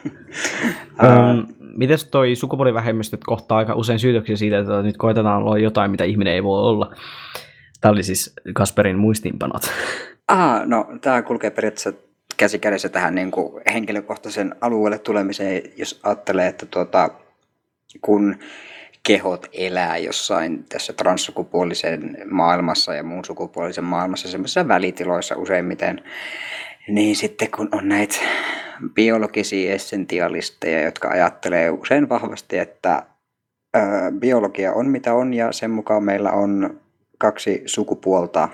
Um, mites toi sukupuolivähemmistöt kohtaa aika usein syytöksiä siitä, että nyt koetetaan olla jotain, mitä ihminen ei voi olla. Tämä oli siis Kasperin muistiinpanot. Ah, no tämä kulkee periaatteessa käsi kädessä tähän niin kuin henkilökohtaisen alueelle tulemiseen, jos ajattelee, että tuota, kun kehot elää jossain tässä transsukupuolisen maailmassa ja muun sukupuolisen maailmassa semmoisissa välitiloissa useimmiten, niin sitten kun on näitä biologisia essentialisteja, jotka ajattelee usein vahvasti, että ö, biologia on mitä on ja sen mukaan meillä on kaksi sukupuolta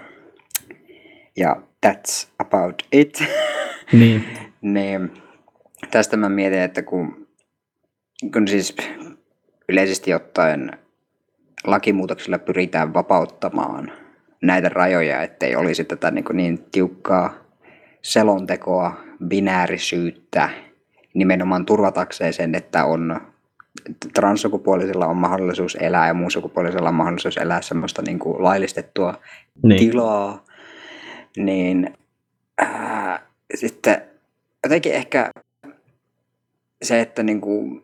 ja that's about it, Niin. niin tästä mä mietin, että kun, kun siis yleisesti ottaen lakimuutoksilla pyritään vapauttamaan näitä rajoja, ettei olisi tätä niin, niin tiukkaa selontekoa, binäärisyyttä, nimenomaan turvatakseen sen, että on transsukupuolisilla on mahdollisuus elää ja muun sukupuolisella on mahdollisuus elää semmoista niin kuin laillistettua Niin. tilaa, niin ää, sitten jotenkin ehkä se, että niin kuin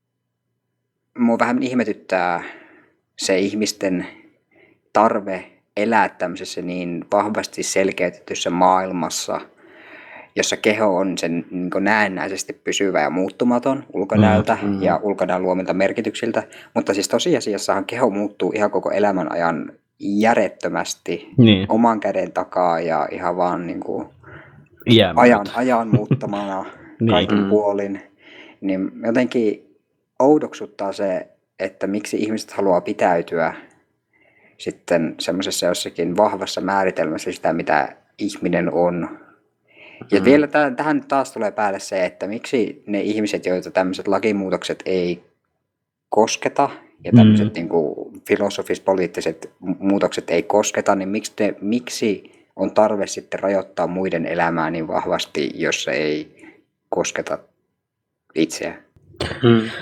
mua vähän ihmetyttää se ihmisten tarve elää tämmöisessä niin vahvasti selkeytetyssä maailmassa, jossa keho on sen niin kuin näennäisesti pysyvä ja muuttumaton ulkonäöltä Mm, mm. ja ulkonäön luomilta merkityksiltä, mutta siis tosiasiassahan keho muuttuu ihan koko elämän ajan järjettömästi Niin. oman käden takaa ja ihan vaan niin kuin Iän ajan, myötä. ajan muuttamana Niin. kaikin Mm. puolin, niin jotenkin oudoksuttaa se, että miksi ihmiset haluaa pitäytyä sitten semmoisessa jossakin vahvassa määritelmässä sitä, mitä ihminen on. Ja Mm. vielä täh- tähän nyt taas tulee päälle se, että miksi ne ihmiset, joita tämmöiset lakimuutokset ei kosketa, ja tämmöiset Mm. niin kuin filosofis-poliittiset mu- muutokset ei kosketa, niin miksi, te, miksi on tarve sitten rajoittaa muiden elämää niin vahvasti, jos se ei kosketa itseä? Mm.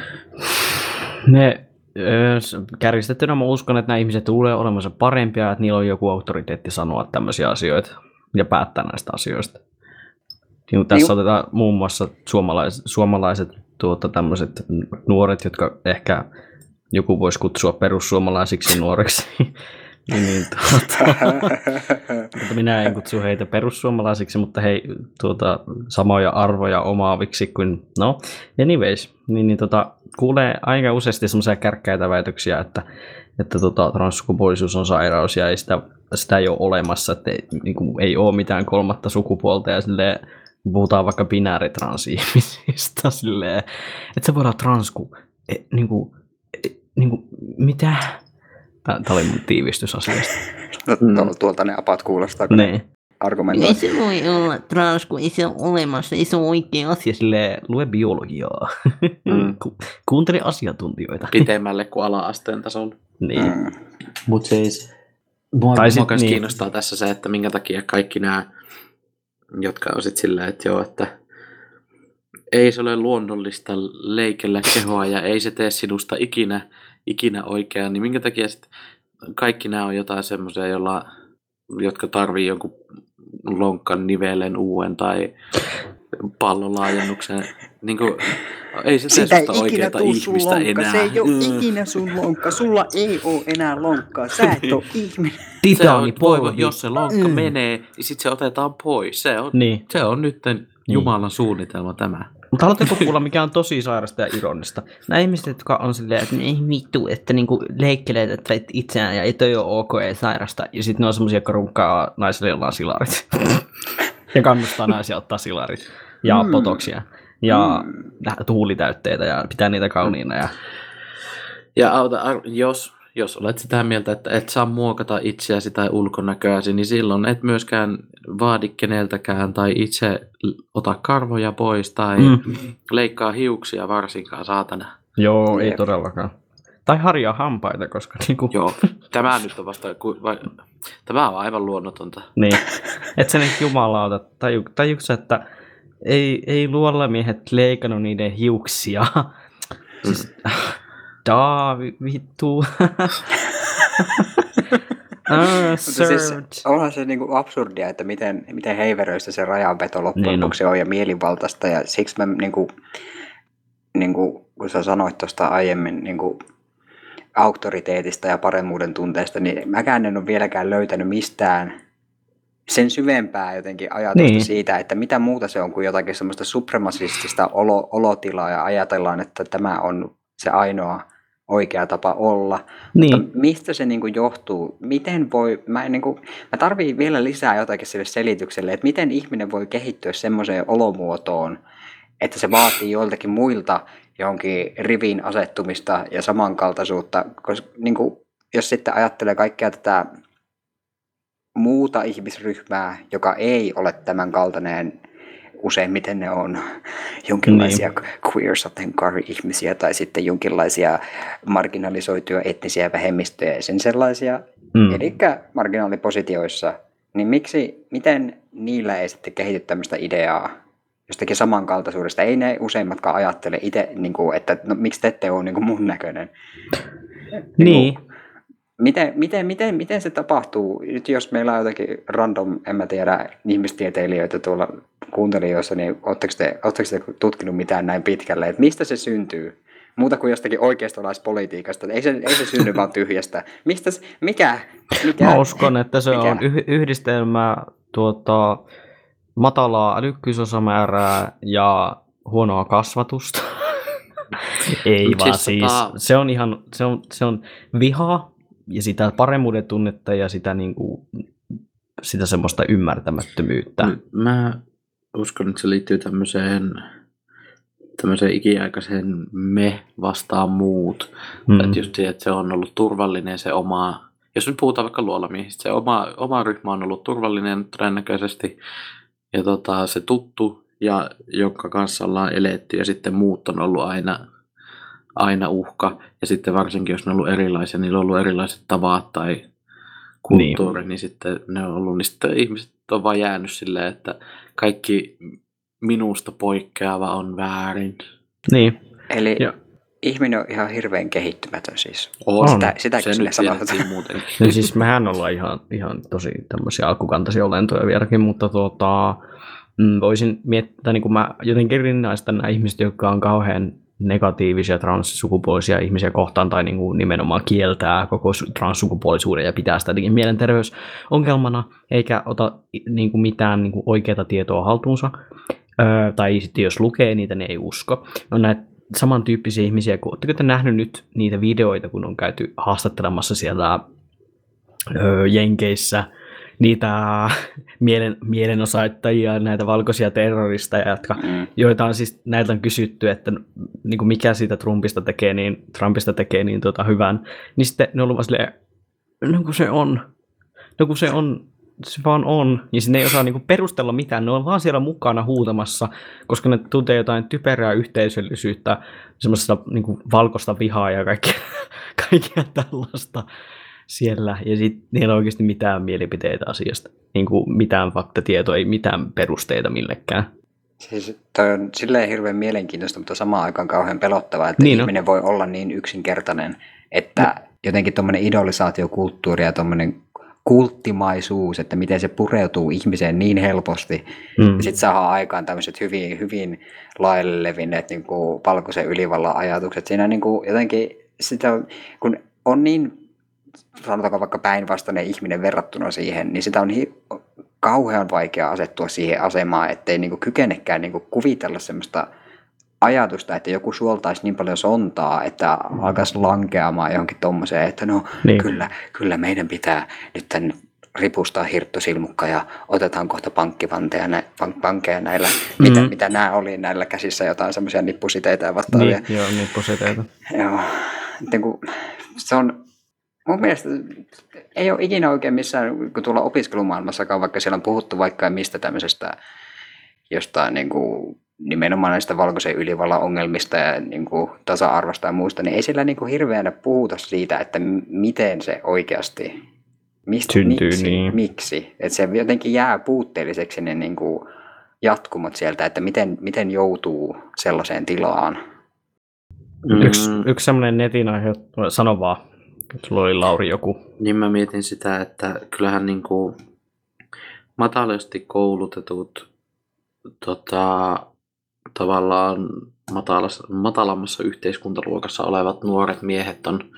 Ne, ö, s- kärjistettynä mä uskon, että nämä ihmiset tulee olemansa parempia, että niillä on joku auktoriteetti sanoa tämmöisiä asioita ja päättää näistä asioista. Niin kuin tässä Niin. otetaan muun muassa suomalaiset, suomalaiset tuota, tämmöiset nuoret, jotka ehkä joku voisi kutsua perussuomalaisiksi nuoreksi. niin, niin, tuota, mutta minä en kutsu heitä perussuomalaisiksi, mutta he tuota, samoja arvoja omaaviksi kuin, no, anyways, niin, niin tota, kuulee aika useasti semmoisia kärkkäitä väitöksiä, että, että tota, transsukupuolisuus on sairaus ja ei sitä, sitä ei ole olemassa, että ei, niin kuin, ei ole mitään kolmatta sukupuolta ja silleen, puhutaan vaikka binääritransihmisistä silleen, että se voi olla transku, e, niin kuin, e, niin kuin, mitä? Tämä oli mun tiivistys asiasta. No, Mm. tu- tuolta ne apat kuulostaa. Niin. argumentoi. Ei se voi olla trans, kun ei se ole olemassa, ei se ole oikea asia, silleen lue biologiaa. Mm. Ku, kuuntele asiantuntijoita. Pitemmälle kuin ala-asteen tasolla. Niin. Mm. Mutta siis mua, Tai mua sit myös niin. kiinnostaa tässä se, että minkä takia kaikki nämä, jotka on sitten silleen, että joo, että ei se ole luonnollista leikellä kehoa ja ei se tee sinusta ikinä, ikinä oikein, niin minkä takia sitten kaikki nämä on jotain semmoisia, jolla, jotka tarvii jonkun lonkkan nivelen uuden tai pallolaajennuksen. Niin kuin, ei se tee Sitä ei susta ikinä oikeata tuu sun ihmistä lonkka, enää. se ei ole Mm. ikinä sun lonkka, sulla ei ole enää lonkkaa, sä et ole ihminen. Se on, Titaanipolvi. voi, jos se lonkka Mm. menee, niin sitten se otetaan pois. Se on, Niin. se on nyt Jumalan suunnitelma tämä. Mutta haluatteko kuulla, mikä on tosi sairasta ja ironista? Nämä ihmiset, jotka on silleen, että ei vittu, että niinku leikkelee että itseään ja ei toi ole ok, ei sairasta. Ja sitten ne on semmoisia, jotka runkkaa naisille, joilla on silarit. ja kannustaa naisia ottaa silarit ja Mm. potoksia ja Mm. tuulitäytteitä ja pitää niitä kauniina. Ja... Ja auta, ar- jos, jos olet sitä mieltä, että et saa muokata itseäsi tai ulkonäköäsi, niin silloin et myöskään vaadi keneltäkään tai itse l- ota karvoja pois tai Mm. leikkaa hiuksia varsinkaan, saatana. Joo, ei Jep. todellakaan. Tai harjaa hampaita, koska niinku... Joo, tämä nyt on vasta, ku, vai, tämä on aivan luonnotonta. Niin. Et sä nyt jumalauta, taju, tajuuks sä, että ei, ei luolamiehet leikannut niiden hiuksia. Siis, daa, vi- vittu. Mutta siis Absurd. onhan se niinku absurdia, että miten, miten heiveröistä se rajanveto loppujen Niin on. lopuksi on ja mielivaltaista. Ja siksi mä, niinku, niinku, kun sä sanoit tuosta aiemmin niinku, auktoriteetista ja paremmuuden tunteesta, niin mäkään en ole vieläkään löytänyt mistään sen syvempää jotenkin ajatusta Niin. siitä, että mitä muuta se on kuin jotakin semmoista supremacistista olo, olotilaa ja ajatellaan, että tämä on se ainoa oikea tapa olla. Niin. Mutta mistä se niinku johtuu? Miten voi, mä, en niinku, mä tarviin vielä lisää jotakin sille selitykselle, että miten ihminen voi kehittyä semmoiseen olomuotoon, että se vaatii joiltakin muilta johonkin rivin asettumista ja samankaltaisuutta, koska niinku, jos sitten ajattelee kaikkea tätä muuta ihmisryhmää, joka ei ole tämän kaltainen, useimmiten ne on jonkinlaisia niin. queer-sateenkaari-ihmisiä tai sitten jonkinlaisia marginalisoituja etnisiä vähemmistöjä ja sen sellaisia, Mm. eli marginaalipositioissa, niin miksi, miten niillä ei sitten kehity tämmöistä ideaa jostakin samankaltaisuudesta? Ei ne useimmatkaan ajattele itse, niin kuin, että no, miksi te ette ole niin kuin mun näköinen. Niin. Kuin, Miten, miten, miten, miten se tapahtuu? Nyt jos meillä on jotakin random, en mä tiedä, ihmistieteilijöitä tuolla kuuntelijoissa, niin ootteko te, ootteko te tutkinut mitään näin pitkälle, että mistä se syntyy? Muuta kuin jostakin oikeistolaispolitiikasta. Ei se, ei se synny vaan tyhjästä. Mistä, se- mikä, mikä? Mä uskon, että se Mikä? on yh- yhdistelmä tuota, matalaa älykkyysosamäärää ja huonoa kasvatusta. Ei Mut vaan siis siis, tota- se on ihan, se on, se on viha ja sitä paremmuuden tunnetta ja sitä, niinku, sitä semmoista ymmärtämättömyyttä. M- Mä uskon, että se liittyy tämmöiseen, tämmöiseen ikiaikaiseen me vastaan muut. Mm. Että just se, että se on ollut turvallinen se oma, jos nyt puhutaan vaikka luolamiehistä, se oma, oma ryhmä on ollut turvallinen todennäköisesti ja tota, se tuttu, ja jonka kanssa ollaan eletty, ja sitten muut on ollut aina, aina uhka, ja sitten varsinkin jos ne on ollut erilaisia, niillä on ollut erilaiset tavat tai kulttuuri, niin, niin sitten ne on ollut, niin sitten ihmiset on vaan jäänyt silleen, että kaikki minusta poikkeava on väärin. Niin. Eli Ja. ihminen on ihan hirveän kehittymätön siis. On. Sitä, sitäkin Se ne nyt sanoo. tiedettiin muutenkin. No siis mehän ollaan ihan, ihan tosi tämmöisiä alkukantaisia olentoja vieläkin, mutta tota, mm, voisin miettiä, niin kuin mä jotenkin rinnaistan nämä ihmiset, jotka on kauhean negatiivisia transsukupuolisia ihmisiä kohtaan tai niin kuin nimenomaan kieltää koko su- transsukupuolisuuden ja pitää sitä jotenkin mielenterveysongelmana, eikä ota niin kuin mitään niin kuin oikeaa tietoa haltuunsa. Öö, tai sitten jos lukee niitä, ne ei usko. On näitä samantyyppisiä ihmisiä, kun oletteko te nähnyt nyt niitä videoita, kun on käyty haastattelemassa siellä öö, Jenkeissä niitä mielen, mielenosoittajia, näitä valkoisia terroristeja, jotka, Mm. joita on siis, näiltä on kysytty, että niin kuin mikä siitä Trumpista tekee niin, Trumpista tekee niin tota, hyvän, niin sitten ne on ollut vaan silleen, no kun se on, no kun se on se vaan on. Ja sinne ei osaa niinku perustella mitään. Ne on vaan siellä mukana huutamassa, koska ne tuntee jotain typerää yhteisöllisyyttä, semmoista niinku valkoista vihaa ja kaikkea, kaikkea tällaista siellä. Ja sitten niillä on oikeasti mitään mielipiteitä asiasta. Niinku mitään faktatietoa, ei mitään perusteita millekään. Siis toi on silleen hirveän mielenkiintoista, mutta samaan aikaan kauhean pelottavaa, että Niin on. ihminen voi olla niin yksinkertainen, että jotenkin tuommoinen idolisaatiokulttuuri ja tuommoinen kulttimaisuus, että miten se pureutuu ihmiseen niin helposti. Mm. Ja sitten saadaan aikaan tämmöiset hyvin, hyvin laajalle levinneet niin kuin valkoisen ylivallan ajatukset. Siinä niin kuin jotenkin sitä, on- kun on niin, sanotaanko vaikka päinvastainen ihminen verrattuna siihen, niin sitä on hi- kauhean vaikea asettua siihen asemaan, ettei niin kuin kykenekään niin kuin kuvitella semmoista ajatusta, että joku suoltaisi niin paljon sontaa, että alkaisi lankeamaan johonkin tommoseen, että no Niin. kyllä, kyllä meidän pitää nyt tänne ripustaa hirttosilmukka ja otetaan kohta pankkivanteja, nä, pank, pankkeja näillä, Mhm. mitä, mitä nämä oli näillä käsissä, jotain semmoisia nippusiteitä ja vastaavia. Niin, joo, niin positeita. Joo. Niin kuin, se on, mun mielestä ei ole ikinä oikein missään, kun tuolla opiskelumaailmassakaan, vaikka siellä on puhuttu vaikka mistä tämmöisestä jostain niin kuin, nimenomaan näistä valkoisen ylivallan ongelmista ja niin kuin, tasa-arvosta ja muista, niin ei siellä niin kuin, hirveänä puhuta siitä, että m- miten se oikeasti, mistä, Syntyy, miksi, niin. miksi. Että se jotenkin jää puutteelliseksi ne niin kuin, jatkumot sieltä, että miten, miten joutuu sellaiseen tilaan. Yksi, yksi semmoinen netin aihe, sano vaan, sulla oli Lauri joku. Niin mä mietin sitä, että kyllähän niin kuin matalasti koulutetut tota, tavallaan matalas, matalammassa yhteiskuntaluokassa olevat nuoret miehet on,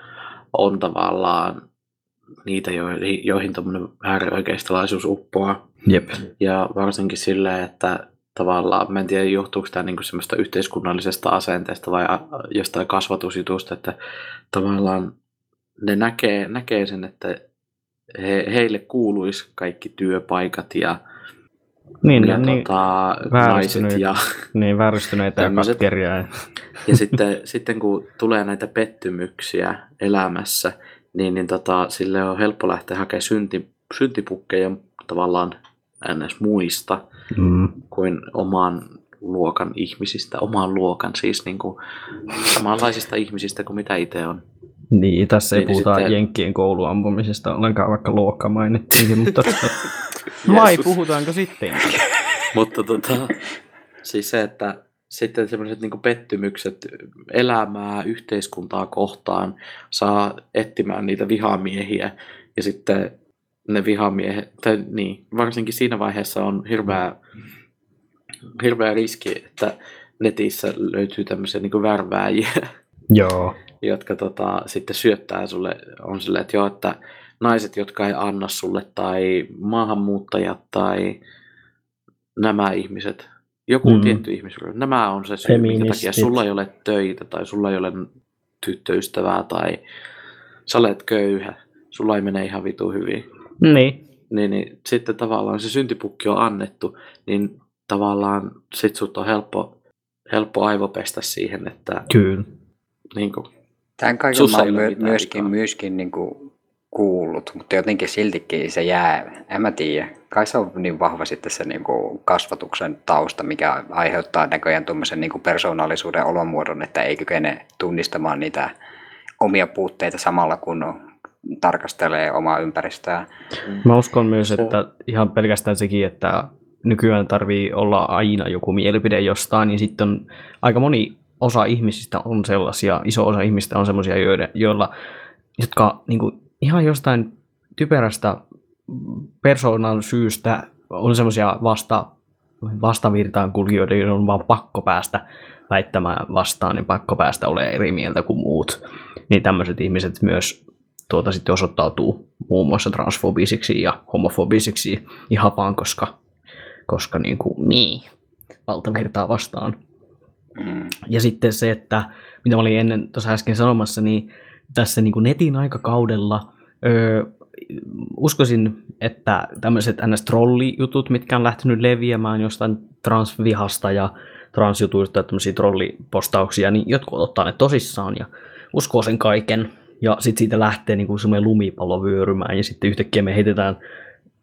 on tavallaan niitä, joihin, joihin tuommoinen äärioikeistolaisuus uppoaa. Jep. Ja varsinkin silleen, että tavallaan, mä en tiedä johtuuko tämä niinku semmoista yhteiskunnallisesta asenteesta vai a- jostain kasvatusjutusta, että tavallaan ne näkee, näkee sen, että he, heille kuuluisi kaikki työpaikat ja, Niin, ja niin, tota, vääristyneet. naiset ja, niin vääristyneitä ja tämmöiset. katkeria. ja sitten, sitten kun tulee näitä pettymyksiä elämässä, niin, niin tota, sille on helppo lähteä hakemaan synti, syntipukkeja tavallaan ns. Muista Mm. kuin oman luokan ihmisistä, oman luokan siis niin kuin samanlaisista ihmisistä kuin mitä itse on. Niin, tässä ei Niin, puhuta sitten- jenkkien kouluampumisesta ollenkaan, vaikka luokka mainittiinkin, mutta vai Jeesus. puhutaanko sitten? Mutta tota, siis se, että sitten semmoiset niin pettymykset elämää, yhteiskuntaa kohtaan saa etsimään niitä vihamiehiä ja sitten ne vihamiehet, tai niin, varsinkin siinä vaiheessa on hirveä, hirveä riski, että netissä löytyy tämmöisiä niin värvääjiä, Joo. jotka tota, sitten syöttää sulle, on silleen, että joo, että naiset, jotka ei anna sulle, tai maahanmuuttajat, tai nämä ihmiset, joku Mm. mm. tietty ihmisryhmä, nämä on se syy, minkä takia Feministit. sulla ei ole töitä, tai sulla ei ole tyttöystävää, tai sä olet köyhä, sulla ei mene ihan vitu hyvin. Niin. Niin, niin sitten tavallaan se syntipukki on annettu, niin tavallaan sit sut on helppo, helppo aivopestä siihen, että Kyllä. niin kuin, Tämän kaiken Sussa mä ei oon ole my- mitään myöskin, vikaa. myöskin niin kuin kuullut, mutta jotenkin siltikin se jää, en mä tiedä. Kai se on niin vahva sitten se niin kuin kasvatuksen tausta, mikä aiheuttaa näköjään tuommoisen niin kuin persoonallisuuden olomuodon, että ei kykene tunnistamaan niitä omia puutteita samalla kun tarkastelee omaa ympäristöään. Mä uskon myös, Se- että ihan pelkästään sekin, että nykyään tarvii olla aina joku mielipide jostain, niin sitten on aika moni osa ihmisistä on sellaisia, iso osa ihmistä on sellaisia, joiden, joilla, jotka niin kuin, ihan jostain typerästä persoonan syystä on semmoisia vasta, vastavirtaan kulkijoita, joiden on vaan pakko päästä väittämään vastaan, niin pakko päästä olemaan eri mieltä kuin muut. Niin tämmöiset ihmiset myös tuota sitten osoittautuu muun muassa transfobisiksi ja homofobisiksi ihan vaan, koska, koska niin kuin, niin, valtavirtaa vastaan. Mm. Ja sitten se, että mitä mä olin ennen tuossa äsken sanomassa, niin tässä niin kuin netin aikakaudella öö, uskoisin, että tämmöiset ns. Trollijutut, mitkä on lähtenyt leviämään jostain transvihasta ja transjutuista ja tämmöisiä trollipostauksia, niin jotkut ottaa ne tosissaan ja uskoo sen kaiken. Ja sitten siitä lähtee niin kuin semmoinen lumipallo vyörymään ja sitten yhtäkkiä me heitetään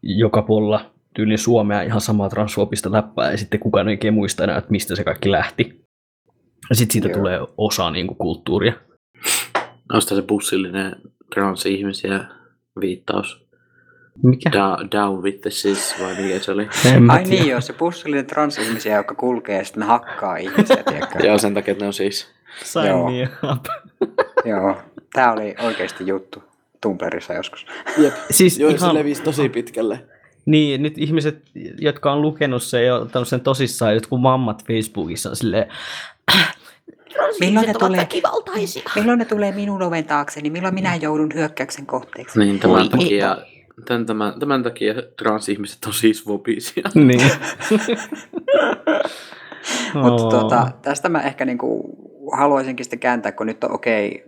joka puolella tyyli Suomea ihan samaa transfoobista läppää, ja sitten kukaan ei oikein muista enää, että mistä se kaikki lähti. Ja sitten siitä Joo. tulee osa niin kuin, kulttuuria. Onko se bussillinen trans-ihmisiä viittaus? Mikä? Da- down with the sis, vai mikä se oli? En mä Ai tiedä. niin joo, se bussillinen transihmisiä, jotka kulkee ja sitten ne hakkaa ihmisiä, tiedätkö? Joo, sen takia, että ne on siis. Sign Joo. me up. Joo, tää oli oikeasti juttu Tumblrissa joskus. Jep. Siis Joo, ihan, se levisi tosi pitkälle. niin, nyt ihmiset, jotka on lukenut sen ja ottanut sen tosissaan, jotkut mammat Facebookissa on silleen, Milloin ne, tulee, väkivaltaisia. milloin ne tulee minun oven taakse, niin milloin minä joudun hyökkäyksen kohteeksi? Niin, tämän Oi, takia, tämän, tämän, tämän takia transihmiset on siis vobisia. niin. Mutta Oo. tuota, tästä mä ehkä niinku haluaisinkin sitten kääntää, kun nyt on okei,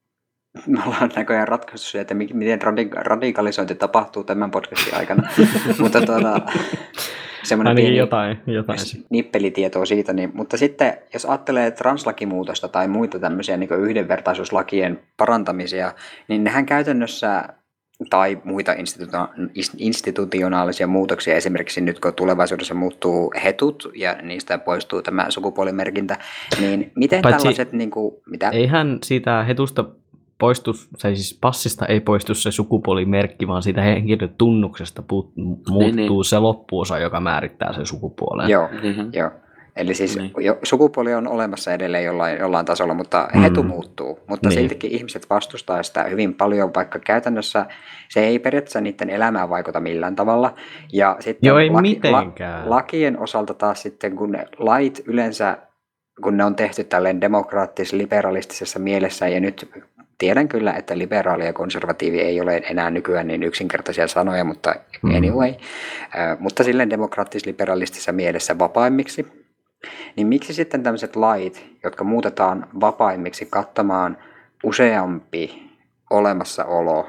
me ollaan näköjään ratkaistu se, että mi- miten radik- radikalisointi tapahtuu tämän podcastin aikana. Mutta tuota, semmoinen Ainakin pieni jotain, jotain. nippelitietoa siitä. Niin, mutta sitten jos ajattelee translakimuutosta tai muita tämmöisiä niin yhdenvertaisuuslakien parantamisia, niin nehän käytännössä tai muita institutio- institutionaalisia muutoksia, esimerkiksi nyt kun tulevaisuudessa muuttuu hetut ja niistä poistuu tämä sukupuolimerkintä, niin miten Paitsi- tällaiset, niin kuin, mitä? Eihän siitä hetusta poistu, tai siis passista ei poistu se sukupuolimerkki, vaan siitä henkilötunnuksesta puut, muuttuu Niin, niin. se loppuosa, joka määrittää sen sukupuolen. Joo, Niinhän. joo. Eli siis Niin. jo, sukupuoli on olemassa edelleen jollain, jollain tasolla, mutta hetu Mm. muuttuu. Mutta Niin. siltikin ihmiset vastustaa sitä hyvin paljon, vaikka käytännössä se ei periaatteessa niiden elämään vaikuta millään tavalla. Ja sitten Joo, ei mitenkään. lakien osalta taas sitten, kun ne lait yleensä, kun ne on tehty tälleen demokraattis-liberalistisessa mielessä, ja nyt tiedän kyllä, että liberaali ja konservatiivi ei ole enää nykyään niin yksinkertaisia sanoja, mutta Mm. anyway, äh, mutta silleen demokraattis-liberalistisessa mielessä vapaimmiksi, niin miksi sitten tämmöiset lait, jotka muutetaan vapaimmiksi kattamaan useampi olemassaolo,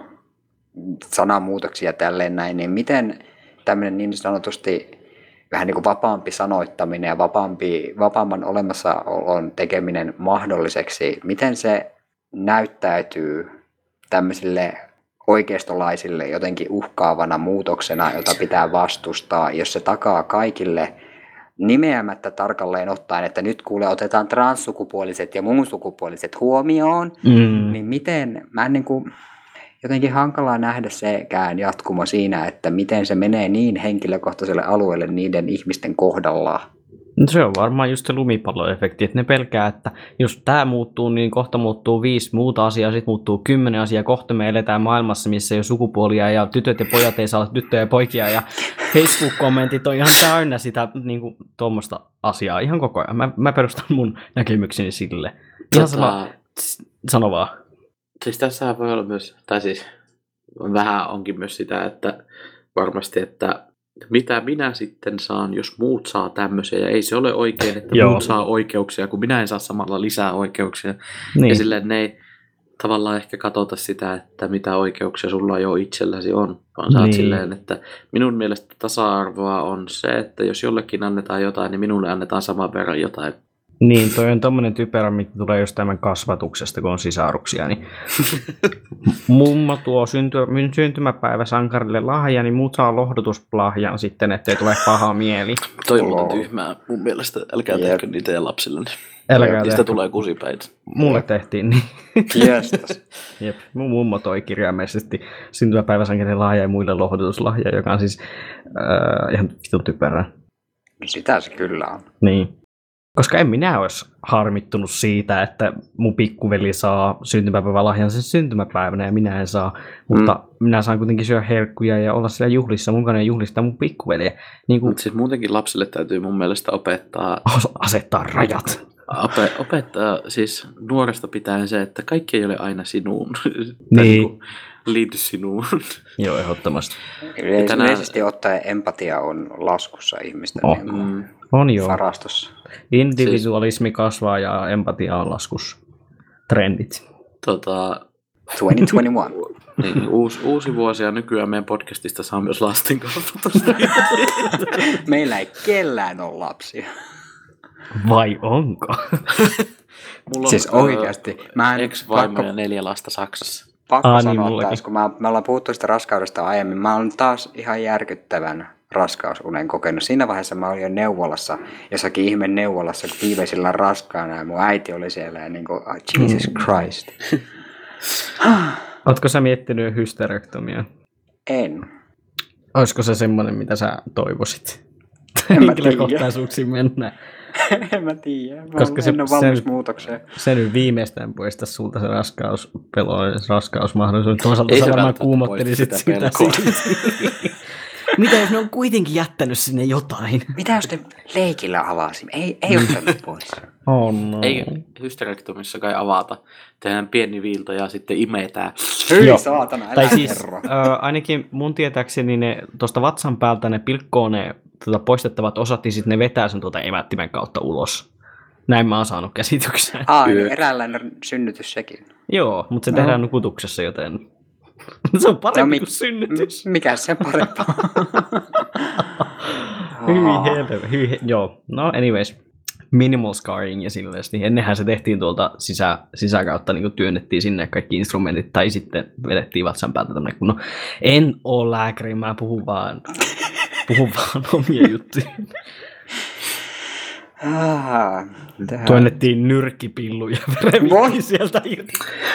sanamuutoksia tälleen näin, niin miten tämmöinen niin sanotusti vähän niin kuin vapaampi sanoittaminen ja vapaampi, vapaamman olemassaolon tekeminen mahdolliseksi, miten se näyttäytyy tämmöisille oikeistolaisille jotenkin uhkaavana muutoksena, jota pitää vastustaa, jos se takaa kaikille nimeämättä tarkalleen ottaen, että nyt kuule otetaan transsukupuoliset ja muun sukupuoliset huomioon, Mm. niin miten, mä en niin kuin, jotenkin hankalaa nähdä sekään jatkumo siinä, että miten se menee niin henkilökohtaiselle alueelle niiden ihmisten kohdalla. No se on varmaan just se lumipalloefekti, että ne pelkää, että jos tämä muuttuu, niin kohta muuttuu viisi muuta asiaa, sitten muuttuu kymmenen asiaa, kohta me eletään maailmassa, missä ei ole sukupuolia ja tytöt ja pojat ei saa olla tyttöjä ja poikia ja Facebook-kommentit on ihan täynnä sitä niin kuin, tuommoista asiaa ihan koko ajan. Mä, mä perustan mun näkemykseni sille. Ihan sama, sano vaan. Siis tässä voi olla myös, tai siis vähän onkin myös sitä, että varmasti, että mitä minä sitten saan, jos muut saa tämmöisiä, ja ei se ole oikein, että Joo. muut saa oikeuksia, kun minä en saa samalla lisää oikeuksia. Niin. Ja silleen ne ei tavallaan ehkä katsota sitä, että mitä oikeuksia sulla jo itselläsi on, vaan sä oot Niin. silleen, että minun mielestä tasa-arvoa on se, että jos jollekin annetaan jotain, niin minulle annetaan saman verran jotain. Niin, toi on tommonen typerä, mikä tulee just tämän kasvatuksesta, kun on sisaruksia, niin mummo tuo synty, syntymäpäivä sankarille lahja, niin muut saa lohdutuslahjan sitten, ettei tule paha mieli. Toi on muuten tyhmää mun mielestä, älkää Jep. tehkö niitä lapsilleni. Älkää Niistä tehkö. tulee kusipäitä. Mulle tehtiin niin. Jestas. Jep, mun mummo toi kirjaimellisesti syntymäpäiväsankarille lahja ja muille lohdutuslahja, joka on siis äh, ihan vitun typerää. Sitä se kyllä on. Niin. Koska en minä olisi harmittunut siitä, että mun pikkuveli saa syntymäpäivälahjan sen syntymäpäivänä ja minä en saa. Mutta mm. minä saan kuitenkin syödä herkkuja ja olla siellä juhlissa mukana ja juhlistaa mun pikkuveliä. Niin kuin Mutta siis muutenkin lapsille täytyy mun mielestä opettaa, asettaa rajat. ope, opettaa siis nuoresta pitäen se, että kaikki ei ole aina sinuun. Tai Niin. niinku liity sinuun. Joo, ehdottomasti. Yleis- tänään- Yleisesti ottaen empatia on laskussa ihmisten Oh. niin kuin Mm. On joo. varastossa. Individualismi kasvaa ja empatia on laskussa. Trendit. Tota, kaksituhattakaksikymmentäyksi. niin, uusi, uusi vuosi ja nykyään meidän podcastista saa myös lasten kasvatusta. Meillä ei kellään ole lapsia. Vai onko? Mulla Siis on, oikeasti. Mä en- ex-vaimo vaikka- ja neljä lasta Saksassa. pakko Aa, niin, sanoa mullakin. taas, kun mä, me ollaan puhuttu sitä raskaudesta aiemmin, mä olen taas ihan järkyttävän raskausunen kokenut. Siinä vaiheessa mä olin jo neuvolassa, jossakin ihme neuvolassa, kun viimeisillä raskaana, ja mun äiti oli siellä, ja niin kuin, oh, Jesus Christ. Ootko sä miettinyt hysterektomiaa? En. Olisiko se semmoinen, mitä sä toivoisit? En mä Henkilökohtaisuuksiin mennään. En mä tiedä. Mä Koska se, en ole valmis se, muutokseen. se nyt viimeistään poista sulta se raskauspelo ja se raskausmahdollisuus. Toisaalta Ei sä se varmaan välttämättä kuumottelisit poista sitä sitä. pelkoa. silti. Mitä jos ne on kuitenkin jättänyt sinne jotain? Mitä jos te leikillä avasimme? Ei, ei ottanut pois. Oh no. Ei hysterektomissa kai avata. Tehdään pieni viilto ja sitten imetään. Hyi Joo. saatana, älä Tai siis kerro. äh, ainakin mun tietääkseni ne tuosta vatsan päältä ne pilkkoo ne tuota, poistettavat osat, niin sitten ne vetää sen tuota emättimen kautta ulos. Näin mä oon saanut käsityksen. Aa, niin Yök. eräänlainen synnytys sekin. Joo, mutta se No. tehdään nukutuksessa, joten se on parempi No, mi- kuin synnytys. M- mikä se parempaa? Hyvin helvetti. Hyvin he- joo, no anyways. Minimal scarring ja silleen. Niin ennenhän se tehtiin tuolta sisä, sisäkautta, niin työnnettiin sinne kaikki instrumentit, tai sitten vedettiin vatsan päältä tämmöinen kun no, en oo lääkäri, mä puhun vaan, puhun vaan omia juttuja. Ah, tähän- Työnnettiin nyrkkipilluja ja revittiin Voi. sieltä irti.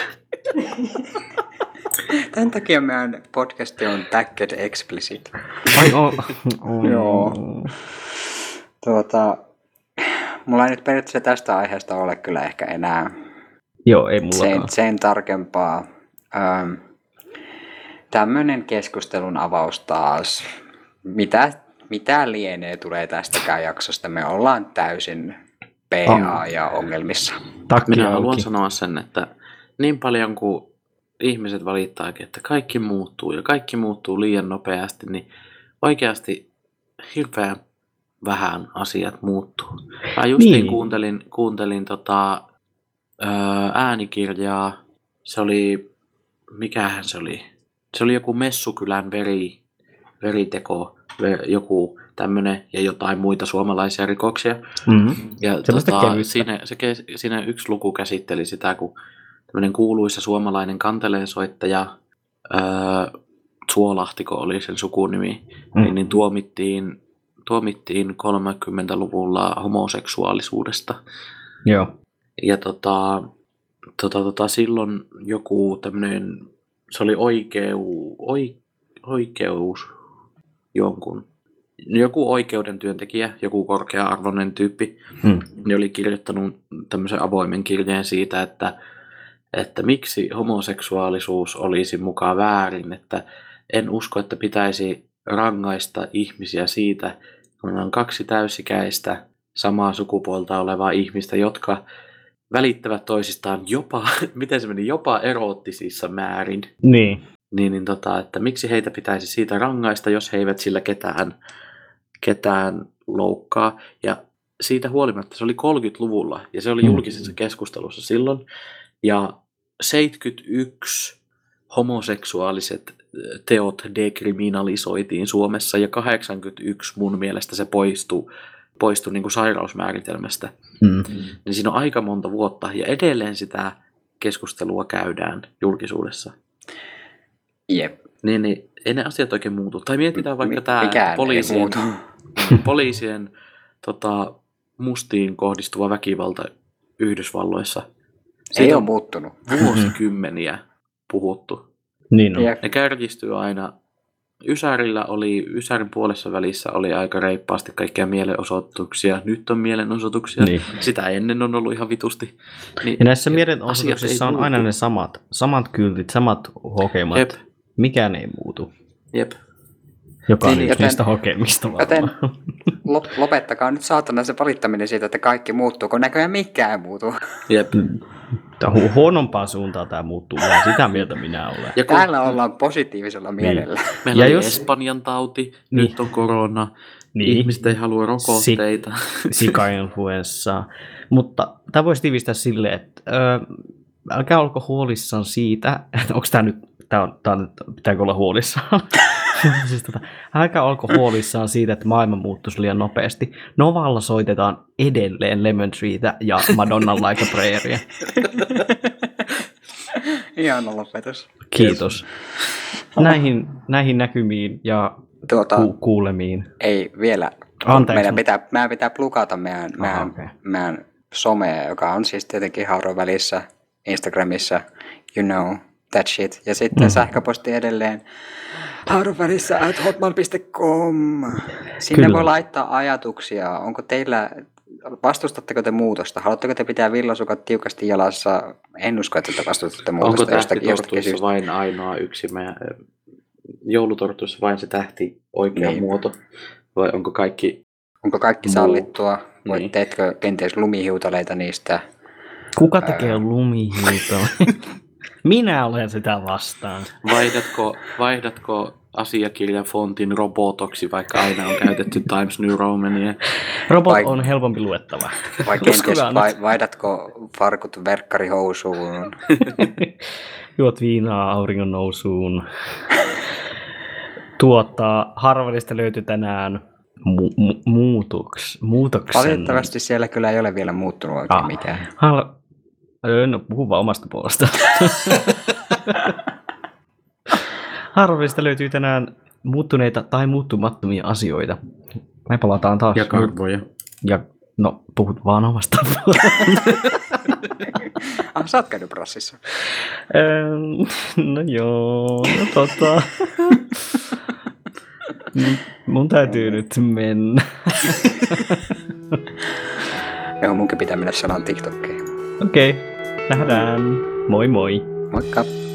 Tämän takia meidän podcasti on tagged explicit. Ai oh, oh. Joo. Tuota, mulla ei nyt periaatteessa tästä aiheesta ole kyllä ehkä enää Joo, ei sen, mullakaan. sen tarkempaa. Ähm, tämmöinen keskustelun avaus taas. Mitä, mitä lienee tulee tästäkään jaksosta? Me ollaan täysin P A ja ongelmissa. Takki Minä auki. haluan sanoa sen, että niin paljon kuin ihmiset valittaakin, että kaikki muuttuu ja kaikki muuttuu liian nopeasti, niin oikeasti hirveän vähän asiat muuttuu. Mä justiin Niin. kuuntelin, kuuntelin tota, ö, äänikirjaa. Se oli, mikähän se oli? Se oli joku Messukylän veri, veriteko, ver, joku tämmönen ja jotain muita suomalaisia rikoksia. Mm-hmm. Ja Sellaista tota, kevyttä. siinä, se, kes- siinä yksi luku käsitteli sitä, kun tämmöinen kuuluisa suomalainen kanteleensoittaja, öö, Suolahtiko oli sen sukunimi, Mm. niin, niin tuomittiin, tuomittiin kolmekymmentäluvulla homoseksuaalisuudesta. Joo. Ja tota, tota, tota, silloin joku tämmöinen, se oli oikeu, oi, oikeus jonkun, joku oikeuden työntekijä, joku korkea-arvoinen tyyppi, Mm. ne oli kirjoittanut tämmöisen avoimen kirjeen siitä, että, että miksi homoseksuaalisuus olisi mukaan väärin, että en usko, että pitäisi rangaista ihmisiä siitä, kun on kaksi täysikäistä samaa sukupuolta olevaa ihmistä, jotka välittävät toisistaan jopa, miten se meni, jopa eroottisissa määrin. Niin. Niin, niin tota, että miksi heitä pitäisi siitä rangaista, jos he eivät sillä ketään, ketään loukkaa. Ja siitä huolimatta se oli kolmekymmentäluvulla ja se oli Mm. julkisessa keskustelussa silloin. Ja seitsemänkymmentäyksi homoseksuaaliset teot dekriminalisoitiin Suomessa ja kahdeksankymmentäyksi mun mielestä se poistui, poistui niin kuin sairausmääritelmästä. Mm. Niin siinä on aika monta vuotta ja edelleen sitä keskustelua käydään julkisuudessa. Jep. Niin, niin ei ne asiat oikein muutu. Tai mietitään vaikka Mi- tämä mikään ei poliisien, muutu. poliisien tota, mustiin kohdistuva väkivalta Yhdysvalloissa. Ei Siitä ole on muuttunut. vuosikymmeniä puhuttu. Niin on. Jep. Ne kärjistyy aina. Ysärillä oli, Ysärin puolessa välissä oli aika reippaasti kaikkia mielenosoituksia. Nyt on mielenosoituksia. Niin. Sitä ennen on ollut ihan vitusti. Niin, Ja näissä asiat mielenosoituksissa ei on aina muutu. ne samat, samat kyltit, samat hokemat. Jep. Mikään ei muutu. Jep. Jokainen Niin, niin, joten- niistä hokemista Joten varmaan. lop- lopettakaa nyt saatana se valittaminen siitä, että kaikki muuttuu, kun näköjään mikään ei muutu. Jep. Tää hu- huonompaan suuntaan tämä muuttuu, ja sitä mieltä minä olen. Ja kun Täällä ollaan positiivisella mielellä. meillä Ja oli jos- Espanjan tauti, Niin. nyt on korona, Niin. ihmiset ei halua rokotteita. Sika-influenssaa. Mutta tämä voisi tiivistää silleen, että ö, älkää olko huolissaan siitä, että onko tämä nyt, tää on, tää on nyt, pitääkö olla huolissaan? siis tota, älkää olko huolissaan siitä, että maailma muuttuisi liian nopeasti. Novalla soitetaan edelleen Lemon Treetä ja Madonnan Like a Prayeria. Ihana lopetus. Kiitos. Näihin, näihin näkymiin ja Tuota, ku- kuulemiin. ei vielä. Anteeksi. Meidän pitää, meidän pitää plugata meidän, Aha, meidän, okei. meidän somea, joka on siis tietenkin Hauron välissä, Instagramissa, you know, that shit. Ja sitten Mm. sähköposti edelleen hauron välissä at hotmail piste com. Sinne Kyllä. voi laittaa ajatuksia. Onko teillä, vastustatteko te muutosta? Haluatteko te pitää villasukat tiukasti jalassa? En usko, että te vastustatte Onko muutosta jostakin, jostakin tähtitortuissa syystä. vain ainoa yksi meidän, joulutortuissa vain se tähti oikea Niin. muoto? Vai onko kaikki, Onko kaikki Muu. sallittua? Voit, Niin. teetkö kenties lumihiutaleita niistä? Kuka tekee lumihiutoa? Minä olen sitä vastaan. vaihdatko, vaihdatko asiakirjan fontin robotoksi, vaikka aina on käytetty Times New Romania? Robot Vai- on helpompi luettava. Vai kenties Uskotaan vai, nyt. vaihdatko farkut verkkarihousuun? Juot viinaa auringon nousuun. Tuottaa Harvardista löytyi tänään mu- mu- muutoks, muutoksen. Valitettavasti siellä kyllä ei ole vielä muuttunut oikein Ah. mikään. Har- Öö, no, puhu vaan omasta puolesta. Harvardista löytyy tänään muuttuneita tai muuttumattomia asioita. Me palataan taas. Ja karvoja. Ja no, puhut vaan omasta puolesta. Ah, sä oot käynyt brassissa. Ähm, no joo, no tota. Mun- Mun täytyy nyt mennä. Joo, munkin pitää mennä sanan TikTokiin. Okei, nähdään. Moi moi. Moikka!